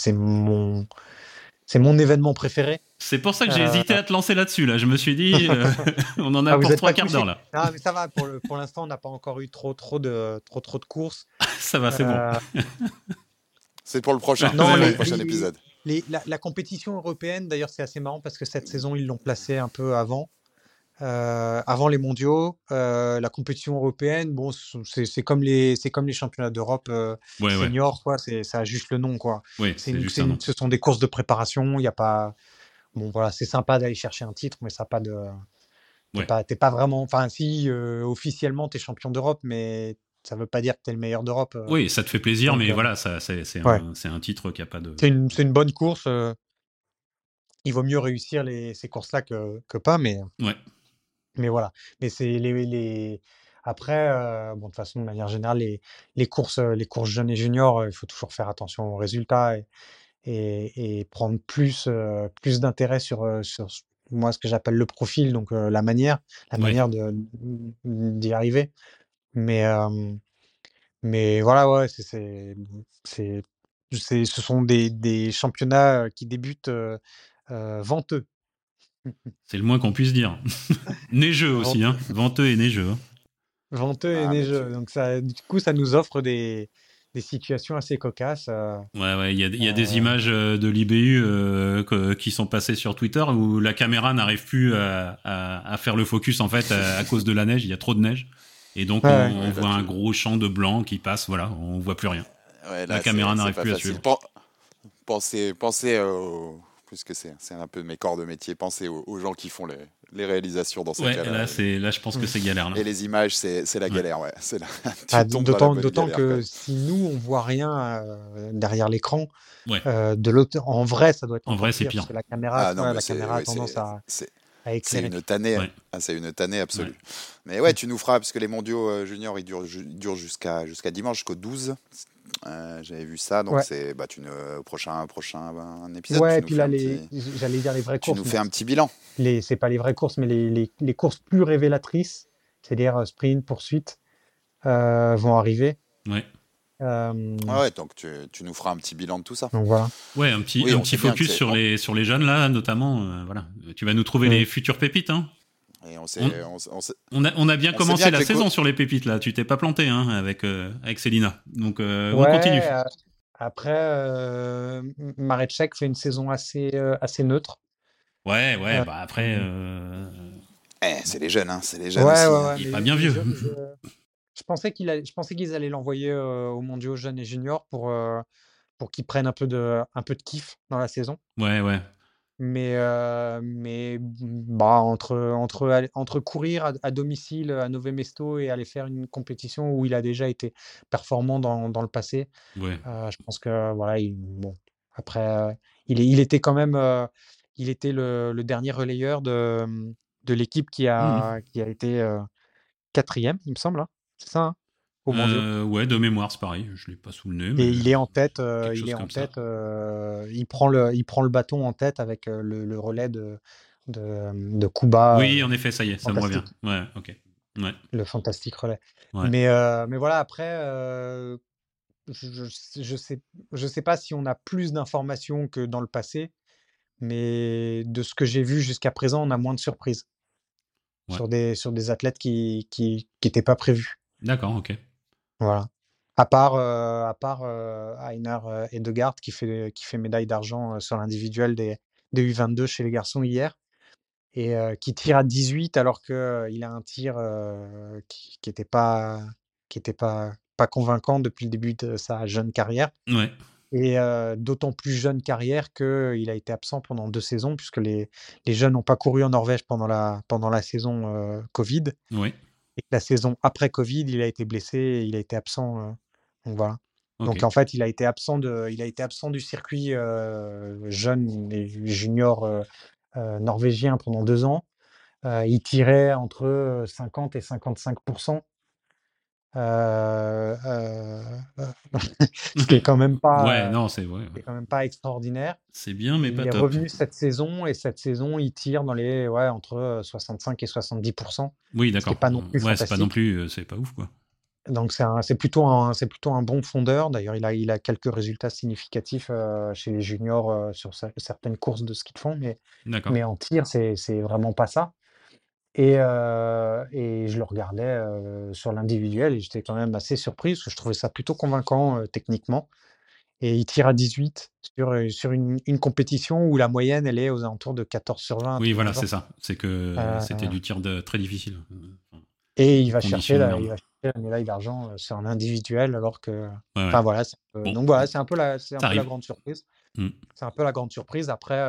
C'est mon événement préféré. C'est pour ça que j'ai Euh, hésité à te lancer là-dessus, là. Je me suis dit, on en a Ah, vous pour n'êtes trois pas quarts d'heure, touché. là. Non, mais ça va. Pour l'instant, on n'a pas encore eu trop de courses. Ça va, c'est bon. Euh, c'est pour le prochain, non, Ouais, c'est pour le ouais. prochain épisode. la compétition européenne, d'ailleurs, c'est assez marrant parce que cette saison, ils l'ont placée un peu avant les mondiaux. La compétition européenne, bon, c'est comme les championnats d'Europe Ouais, ouais. seniors, quoi. Ça a juste le nom, quoi. Ouais, c'est juste un nom. Ce sont des courses de préparation. Il y a pas, bon, voilà, c'est sympa d'aller chercher un titre, mais ça a pas de, Ouais. t'es pas vraiment, enfin, si officiellement t'es champion d'Europe, mais ça veut pas dire que t'es le meilleur d'Europe. Oui, ça te fait plaisir, Donc, mais voilà, ça, ouais, c'est un titre qui a pas de. c'est une bonne course. Il vaut mieux réussir ces courses-là que pas, Ouais, mais voilà. Mais c'est après, bon, de toute façon, de manière générale, les courses jeunes et juniors, il faut toujours faire attention aux résultats et prendre plus d'intérêt sur moi, ce que j'appelle le profil, donc la ouais. manière d'y arriver. Mais, Mais voilà, ouais, c'est, ce sont des championnats qui débutent venteux. C'est le moins qu'on puisse dire. Neigeux aussi, hein. Venteux, Venteux et neigeux, hein. venteux et Ah, mais neigeux. Donc ça, du coup, ça nous offre des situations assez cocasses. Ouais, il y a des Euh, images de l'IBU qui sont passées sur Twitter où la caméra n'arrive plus à faire le focus en fait à cause de la neige. Il y a trop de neige et donc ouais, on ouais, là, voit un gros champ de blanc qui passe. Voilà, on voit plus rien. ouais, La là caméra c'est n'arrive pas plus à facile. suivre. Pensez puisque c'est un peu mes corps de métier, pensez aux gens qui font les réalisations dans ces Ouais, cas-là. là je pense que mm. c'est galère là. Et les images, c'est la Ouais. galère, ouais. Tu tombes dans la bonne D'autant galère, quoi. que si nous, on voit rien derrière l'écran, Ouais. de l'autre, en vrai, ça doit être En vrai, encore c'est pire parce pire. que la caméra, Ah non, ouais, mais la caméra a ouais, tendance à c'est éclairer. une tannée. Ouais. Ah, c'est une tannée Ouais. absolue. Mais ouais, tu nous feras, parce que les mondiaux juniors, ils durent jusqu'à dimanche, jusqu'au 12. J'avais vu ça, donc Ouais, c'est bah, au prochain un épisode, ouais, et puis là, j'allais dire les vraies tu nous courses, mais fais un petit bilan. c'est pas les vraies courses, mais les courses plus révélatrices, c'est-à-dire sprint, poursuite, vont arriver. Ouais. Euh, Ouais, ouais, donc tu nous feras un petit bilan de tout ça. donc voilà. Ouais, Oui, un on petit sait bien que focus c'est. sur les jeunes là, notamment. Voilà, tu vas nous trouver les Mm. futures pépites, hein. Et On, on a bien on sait bien commencé que la saison sur les pépites là. Tu t'es pas planté, hein, avec Célina. Donc on Ouais, continue. après, Marecek fait une saison assez neutre. Ouais, Euh, bah après, c'est les jeunes, hein, c'est les jeunes ouais, aussi, ouais, hein. ouais, il est pas bien mais vieux. je pensais qu'ils allaient l'envoyer aux mondiaux jeunes et juniors pour qu'ils prennent un peu de kiff dans la saison. Ouais. Bah, entre courir à domicile à Nové Mesto et aller faire une compétition où il a déjà été performant dans le passé, Ouais. je pense que voilà, bon, après, il était quand même, il était le dernier relayeur de l'équipe Mhm. qui a été quatrième, il me semble, hein. C'est ça, hein, aux mondiaux. Ouais, de mémoire, c'est pareil. Je l'ai pas sous le nez, Et mais il est en tête, quelque chose comme ça. il prend le bâton en tête avec le relais de Kuba, Oui, en effet, ça y est, ça me revient. fantastique, Ouais, ok. Ouais, le fantastique relais. ouais. Mais voilà, après, je sais pas si on a plus d'informations que dans le passé, mais de ce que j'ai vu jusqu'à présent, on a moins de surprises Ouais. sur des athlètes qui étaient pas prévus. D'accord, ok. Voilà. À part Einar Hedegaard qui fait médaille d'argent sur l'individuel des U22 chez les garçons hier et qui tire à 18 alors que il a un tir qui était pas convaincant depuis le début de sa jeune carrière. Ouais, Et d'autant plus jeune carrière qu'il a été absent pendant 2 saisons puisque les jeunes n'ont pas couru en Norvège pendant la saison Covid ouais. et que la saison après Covid, il a été blessé et il a été absent. Donc voilà. Ok. Donc en fait, il a été absent du circuit jeune et junior norvégien pendant 2 ans. Il tirait entre 50 et 55%. Euh, euh, euh, ce qui est quand même Ouais, pas, non, c'est ouais. qui est quand même pas extraordinaire. C'est bien, mais Et pas il est top. revenu cette saison, et cette saison, il tire entre 65 et 70%, Oui, ce qui est d'accord. pas non plus Ouais, c'est pas non fantastique. plus, c'est pas ouf, quoi. Donc c'est plutôt un bon fondeur. D'ailleurs, il a quelques résultats significatifs chez les juniors sur certaines courses de ski de fond, D'accord. mais en tir, c'est vraiment pas ça. Et je le regardais sur l'individuel et j'étais quand même assez surpris parce que je trouvais ça plutôt convaincant techniquement. Et il tire à 18 sur une compétition où la moyenne, elle est aux alentours de 14 sur 20, un Oui, truc dans voilà, le c'est genre. ça. C'est que Euh, c'était du tir très difficile. Enfin, et des conditions de merde. il va chercher la médaille d'argent sur un individuel alors que, Ouais. enfin voilà, Bon, donc voilà, c'est un ça peu la arrive. grande surprise. Mm. C'est un peu la grande surprise. Après,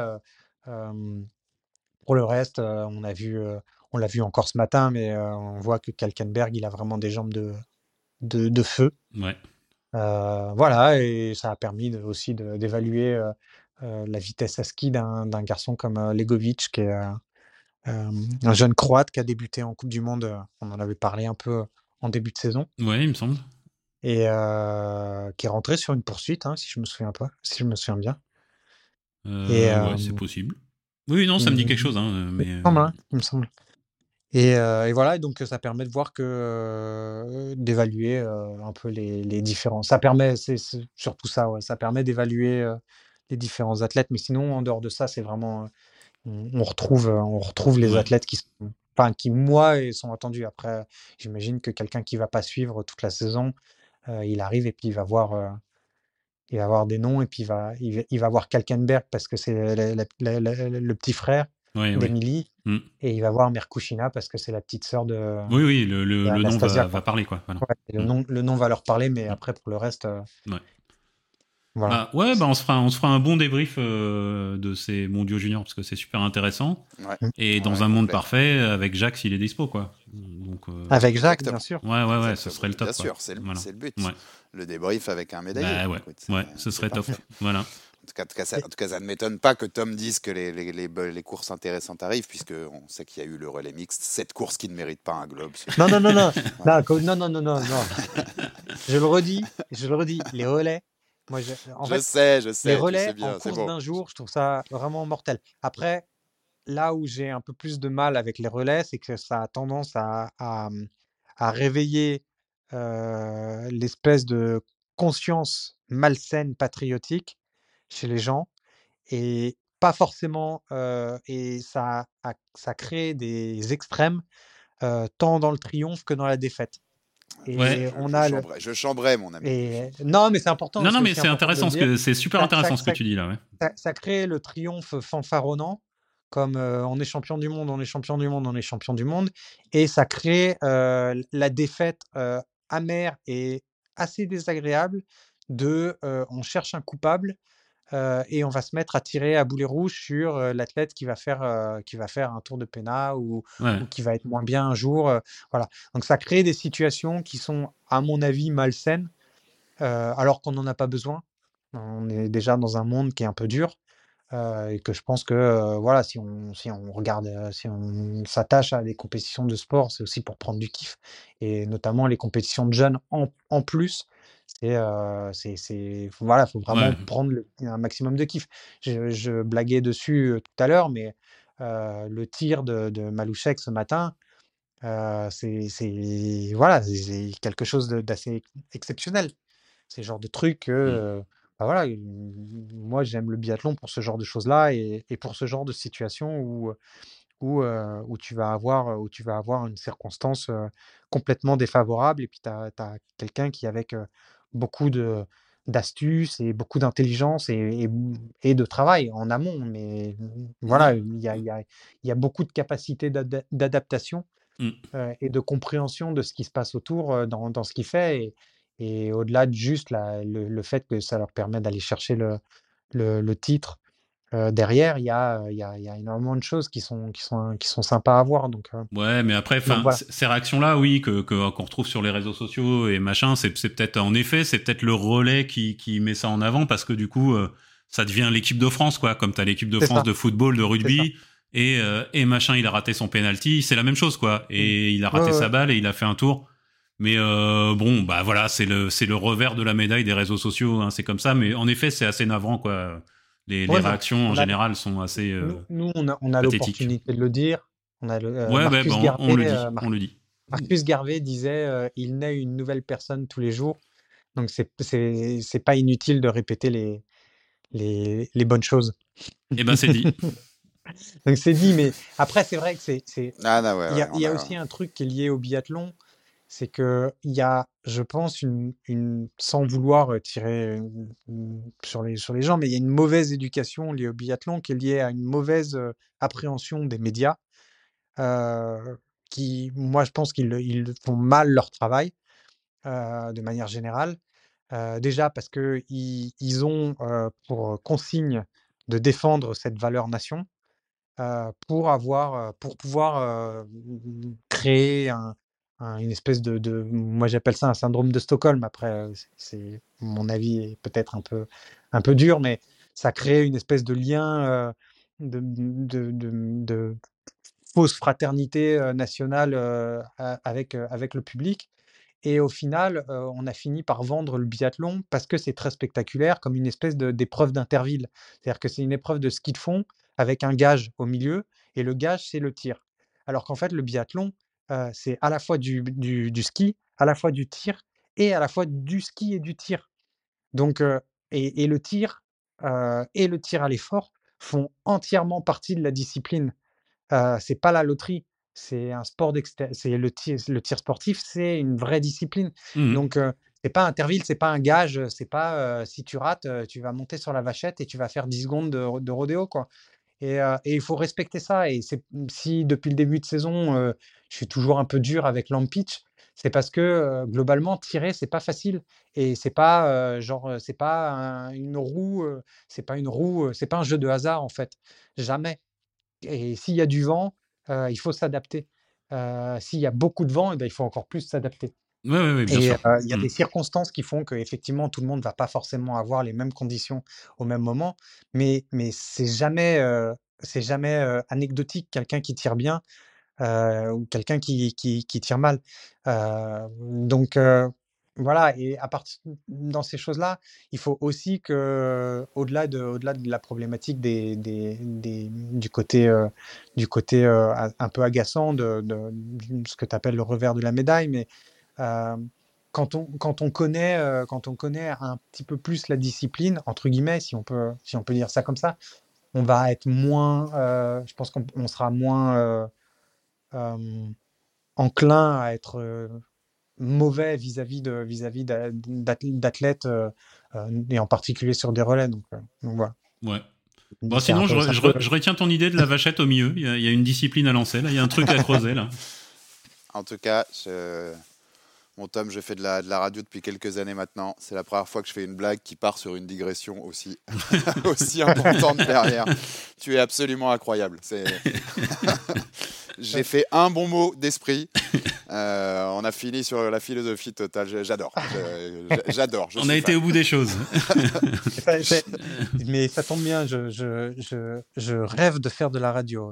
pour le reste, on l'a vu encore ce matin, mais on voit que Kalkenberg, il a vraiment des jambes de feu. Ouais. Voilà, et ça a permis aussi d'évaluer la vitesse à ski d'un garçon comme Legovic, qui est un jeune Croate qui a débuté en Coupe du Monde. On en avait parlé un peu en début de saison, Ouais, il me semble. et qui est rentré sur une poursuite, hein, si je me souviens bien. Et Ouais, c'est possible. Oui, non, ça me dit quelque chose, hein, il me mais semble, hein, il me semble. Et voilà, et donc ça permet de voir que, d'évaluer, un peu les différents ça permet c'est surtout ça, ouais, ça permet d'évaluer, les différents athlètes. Mais sinon, en dehors de ça, c'est vraiment, on retrouve les Ouais. athlètes qui sont enfin, qui, moi, sont attendus. Après, j'imagine que quelqu'un qui va pas suivre toute la saison, il arrive et puis il va voir des noms et puis il va voir Kalkenberg parce que c'est le petit frère Ouais, ouais. d'Emily, Mm. et il va voir Merkushina parce que c'est la petite sœur de Oui, oui, le nom d'Anastasia, va quoi. parler, quoi. Voilà. Ouais, et le Mm. nom le nom va leur parler, mais Mm. après pour le reste, Ouais. voilà. Bah, ouais, bah, on se fera un bon débrief de ces mondiaux juniors parce que c'est super intéressant. Ouais, Mmh. Et dans ouais, un monde complet. parfait, avec Jacques s'il est dispo, quoi. Donc, Avec Jacques, bien Exactement. sûr. ouais, ce Exactement. serait le Bien top, quoi. sûr, c'est le, Voilà. c'est le but. Ouais. Le débrief avec un médaillé. Bah ouais, Écoute, ouais, ce c'est serait top. parfait. Voilà. En tout cas, Et ça ne m'étonne pas que Tom dise que les courses intéressantes arrivent, puisque on sait qu'il y a eu le relais mixte, cette course qui ne mérite pas un globe. non, non, non, non, Voilà. non, non, non, non, non. Je le redis, les relais, moi, en fait, Je les sais, tu sais relais en bien, c'est course bon. d'un jour, je trouve ça vraiment mortel. Après, là où j'ai un peu plus de mal avec les relais, c'est que ça a tendance à réveiller, l'espèce de conscience malsaine patriotique chez les gens, et pas forcément, et ça crée des extrêmes, tant dans le triomphe que dans la défaite. Ouais. Et on a le Je chambrais, mon ami. et non, mais c'est important, Non, non, c'est mais aussi c'est important de le intéressant, dire. c'est super Ça ça intéressant ce que ça tu dis là, ouais. ça crée le triomphe fanfaronnant, comme, on est champion du monde, on est champion du monde, on est champion du monde, et ça crée, la défaite, amère et assez désagréable on cherche un coupable, et on va se mettre à tirer à boulet rouge sur, l'athlète qui va faire un tour de pénal, Ouais. ou qui va être moins bien un jour, voilà. Donc ça crée des situations qui sont, à mon avis, malsaines, alors qu'on n'en a pas besoin. On est déjà dans un monde qui est un peu dur, et que je pense que, voilà, si on regarde, si on s'attache à des compétitions de sport, c'est aussi pour prendre du kiff, et notamment les compétitions de jeunes en plus, voilà, faut Ouais. vraiment prendre un maximum de kiff. Je blaguais dessus, tout à l'heure, mais le tir de Malouchek ce matin, voilà, c'est quelque chose d'assez exceptionnel. C'est le genre de truc que, Mm. bah, voilà, moi j'aime le biathlon pour ce genre de choses-là, et pour ce genre de situation où tu vas avoir une circonstance, complètement défavorable, et puis tu as quelqu'un qui, avec, beaucoup d'astuces et beaucoup d'intelligence et de travail en amont, mais Ouais. voilà, il y a beaucoup de capacités d'adaptation, Mm. et de compréhension de ce qui se passe autour, dans ce qu'il fait, et au-delà de juste le fait que ça leur permet d'aller chercher le titre, derrière, il y a énormément de choses qui sont sympas à voir, donc Ouais, mais après, donc enfin, voilà. ces réactions-là, oui, qu'on retrouve sur les réseaux sociaux et machin, c'est peut-être, en effet, c'est peut-être le relais qui met ça en avant parce que du coup, ça devient l'équipe de France, quoi. Comme t'as l'équipe de C'est France ça, de football, de c'est ça. rugby, et machin, il a raté son penalty, c'est la même chose, quoi. Mmh. Et il a Ouais, raté ouais, sa ouais. balle et il a fait un tour. Mais bon, bah voilà, c'est le revers de la médaille des réseaux sociaux, hein, c'est comme ça. Mais en effet, c'est assez navrant, quoi. Les Ouais, mais réactions en on a général sont assez nous, on a pathétiques. l'opportunité de le dire. On a Ouais, ben, Marcus on Garvey, le dit, on le dit. Marcus Garvey disait, «Il naît une nouvelle personne tous les jours», donc c'est pas inutile de répéter les bonnes choses. Eh ben, c'est dit. Donc c'est dit, mais après, c'est vrai que Ah, non, ouais, il y ouais, a, il y a aussi un truc qui est lié au biathlon, c'est que il y a, je pense, sans vouloir tirer sur les gens, mais il y a une mauvaise éducation liée au biathlon qui est liée à une mauvaise appréhension des médias, qui, moi, je pense qu'ils font mal leur travail, de manière générale. Déjà parce qu'ils ont, pour consigne de défendre cette valeur nation, pour pouvoir, créer une espèce moi j'appelle ça un syndrome de Stockholm. Après, mon avis est peut-être un peu dur, mais ça crée une espèce de lien, de fausse fraternité, nationale, avec le public, et au final, on a fini par vendre le biathlon parce que c'est très spectaculaire, comme une espèce d'épreuve d'Interville. C'est-à-dire que c'est une épreuve de ski de fond avec un gage au milieu, et le gage, c'est le tir. Alors qu'en fait, le biathlon, c'est à la fois du ski, à la fois du tir et à la fois du ski et du tir. Donc, et le tir à l'effort font entièrement partie de la discipline. C'est pas la loterie, c'est un sport c'est le tir sportif, c'est une vraie discipline. Mhm. Donc, c'est pas Interville, c'est pas un gage, c'est pas, si tu rates, tu vas monter sur la vachette et tu vas faire 10 secondes de rodéo, quoi. Et il faut respecter ça. Et si depuis le début de saison, je suis toujours un peu dur avec Lampic, c'est parce que globalement, tirer, c'est pas facile. Et c'est pas c'est pas une roue, c'est pas un jeu de hasard en fait. Jamais. Et s'il y a du vent, il faut s'adapter. S'il y a beaucoup de vent, eh ben, il faut encore plus s'adapter. Ouais, bien Et sûr. il y a des circonstances qui font qu'effectivement, tout le monde va pas forcément avoir les mêmes conditions au même moment, mais c'est jamais anecdotique, quelqu'un qui tire bien ou quelqu'un qui tire mal. Donc voilà, et dans ces choses-là, il faut aussi que, au-delà de la problématique du côté un peu agaçant de ce que tu appelles le revers de la médaille, mais euh, quand on connaît un petit peu plus la discipline, entre guillemets, si on peut dire ça comme ça, on va être moins, je pense qu'on sera moins enclin à être mauvais d'athlètes et en particulier sur des relais. Donc voilà. Ouais. Bon, sinon, je retiens ton idée de la vachette au milieu. Il y a une discipline à lancer, là. Il y a un truc à creuser, là. En tout cas, mon Tom, je fais de la radio depuis quelques années maintenant. C'est la première fois que je fais une blague qui part sur une digression aussi, aussi importante derrière. Tu es absolument incroyable. J'ai fait un bon mot d'esprit. On a fini sur la philosophie totale. J'adore. J'adore. On a été au bout des choses. Mais ça tombe bien, je rêve de faire de la radio.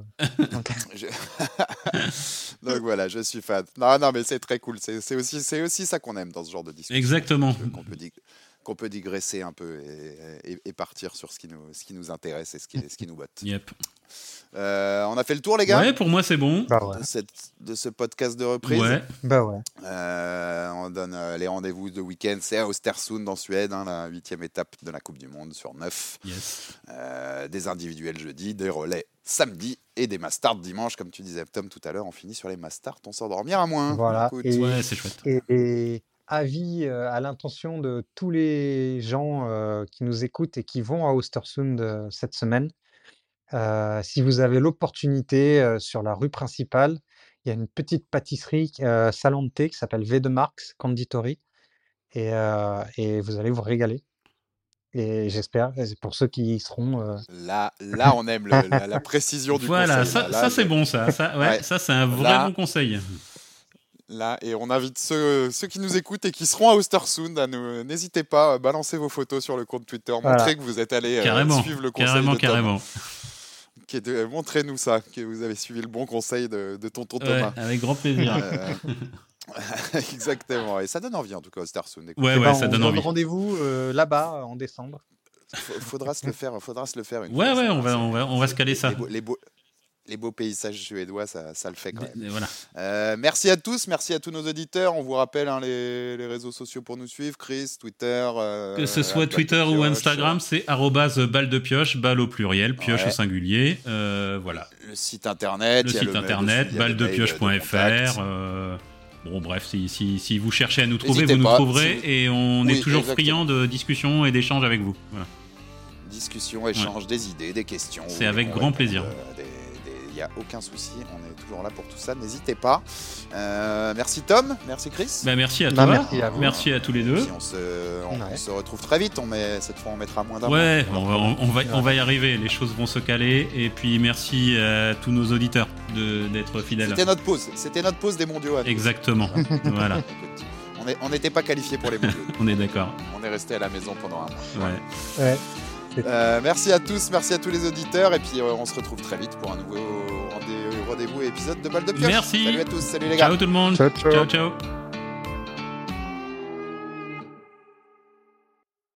Donc voilà, je suis fan. Non, mais c'est très cool. C'est aussi ça qu'on aime dans ce genre de discussion. Exactement. Qu'on peut digresser un peu et partir sur ce qui nous intéresse et ce qui nous botte. Yep. On a fait le tour, les gars. Ouais, pour moi, c'est bon. Bah ouais. De ce podcast de reprise. Ouais. Bah ouais. On donne les rendez-vous de week-end. C'est à Östersund en Suède, la 8e étape de la Coupe du Monde sur 9. Yes. Des individuels jeudi, des relais samedi et des Mastart dimanche. Comme tu disais, Tom, tout à l'heure, on finit sur les Mastart. On s'endormir à moins. Voilà. Ouais, c'est chouette. Et avis à l'intention de tous les gens qui nous écoutent et qui vont à Östersund cette semaine. Si vous avez l'opportunité, sur la rue principale, il y a une petite pâtisserie Salante qui s'appelle Wedemarks Conditori et vous allez vous régaler. Et j'espère, pour ceux qui y seront. Là, on aime la précision du conseil. Voilà, ça c'est bon, ça. Ouais. Ça, c'est un vrai bon conseil. Là, et on invite ceux qui nous écoutent et qui seront à Östersund n'hésitez pas à balancer vos photos sur le compte Twitter, montrez que vous êtes allés suivre le conseil de Tom. Carrément. Montrez-nous ça, que vous avez suivi le bon conseil de tonton Thomas. Avec grand plaisir. Exactement, et ça donne envie en tout cas Östersund. Ouais, ça donne envie. Rendez-vous là-bas en décembre. Faudra se le faire une fois. Ouais, on va se caler ça. Les beaux paysages suédois, ça le fait quand même. Voilà. Merci à tous, merci à tous nos auditeurs. On vous rappelle les réseaux sociaux pour nous suivre, Chris, Twitter. Que ce soit Twitter ou Instagram, c'est @balle de pioche, balle au pluriel, pioche au singulier. Voilà. Le site internet. balledepioche.fr. Bon, bref, si vous cherchez à nous trouver, vous nous trouverez. Et on est toujours friand de discussions et d'échanges avec vous. Voilà. Discussion, échange, des idées, des questions. C'est avec grand plaisir. Il n'y a aucun souci, on est toujours là pour tout ça, n'hésitez pas. Merci Tom, merci Chris. Merci à toi, merci à vous. Merci à tous les deux. On se retrouve très vite, cette fois on mettra moins d'un mois. On va y arriver, les choses vont se caler. Et puis merci à tous nos auditeurs d'être fidèles. C'était notre pause des mondiaux. Exactement, voilà. On n'était pas qualifiés pour les mondiaux. On est d'accord. On est resté à la maison pendant un mois. Ouais. Merci à tous, merci à tous les auditeurs et puis on se retrouve très vite pour un nouveau rendez-vous épisode de Balle de Pioche. Merci. Salut à tous, salut les gars. Ciao tout le monde. Ciao. Ciao.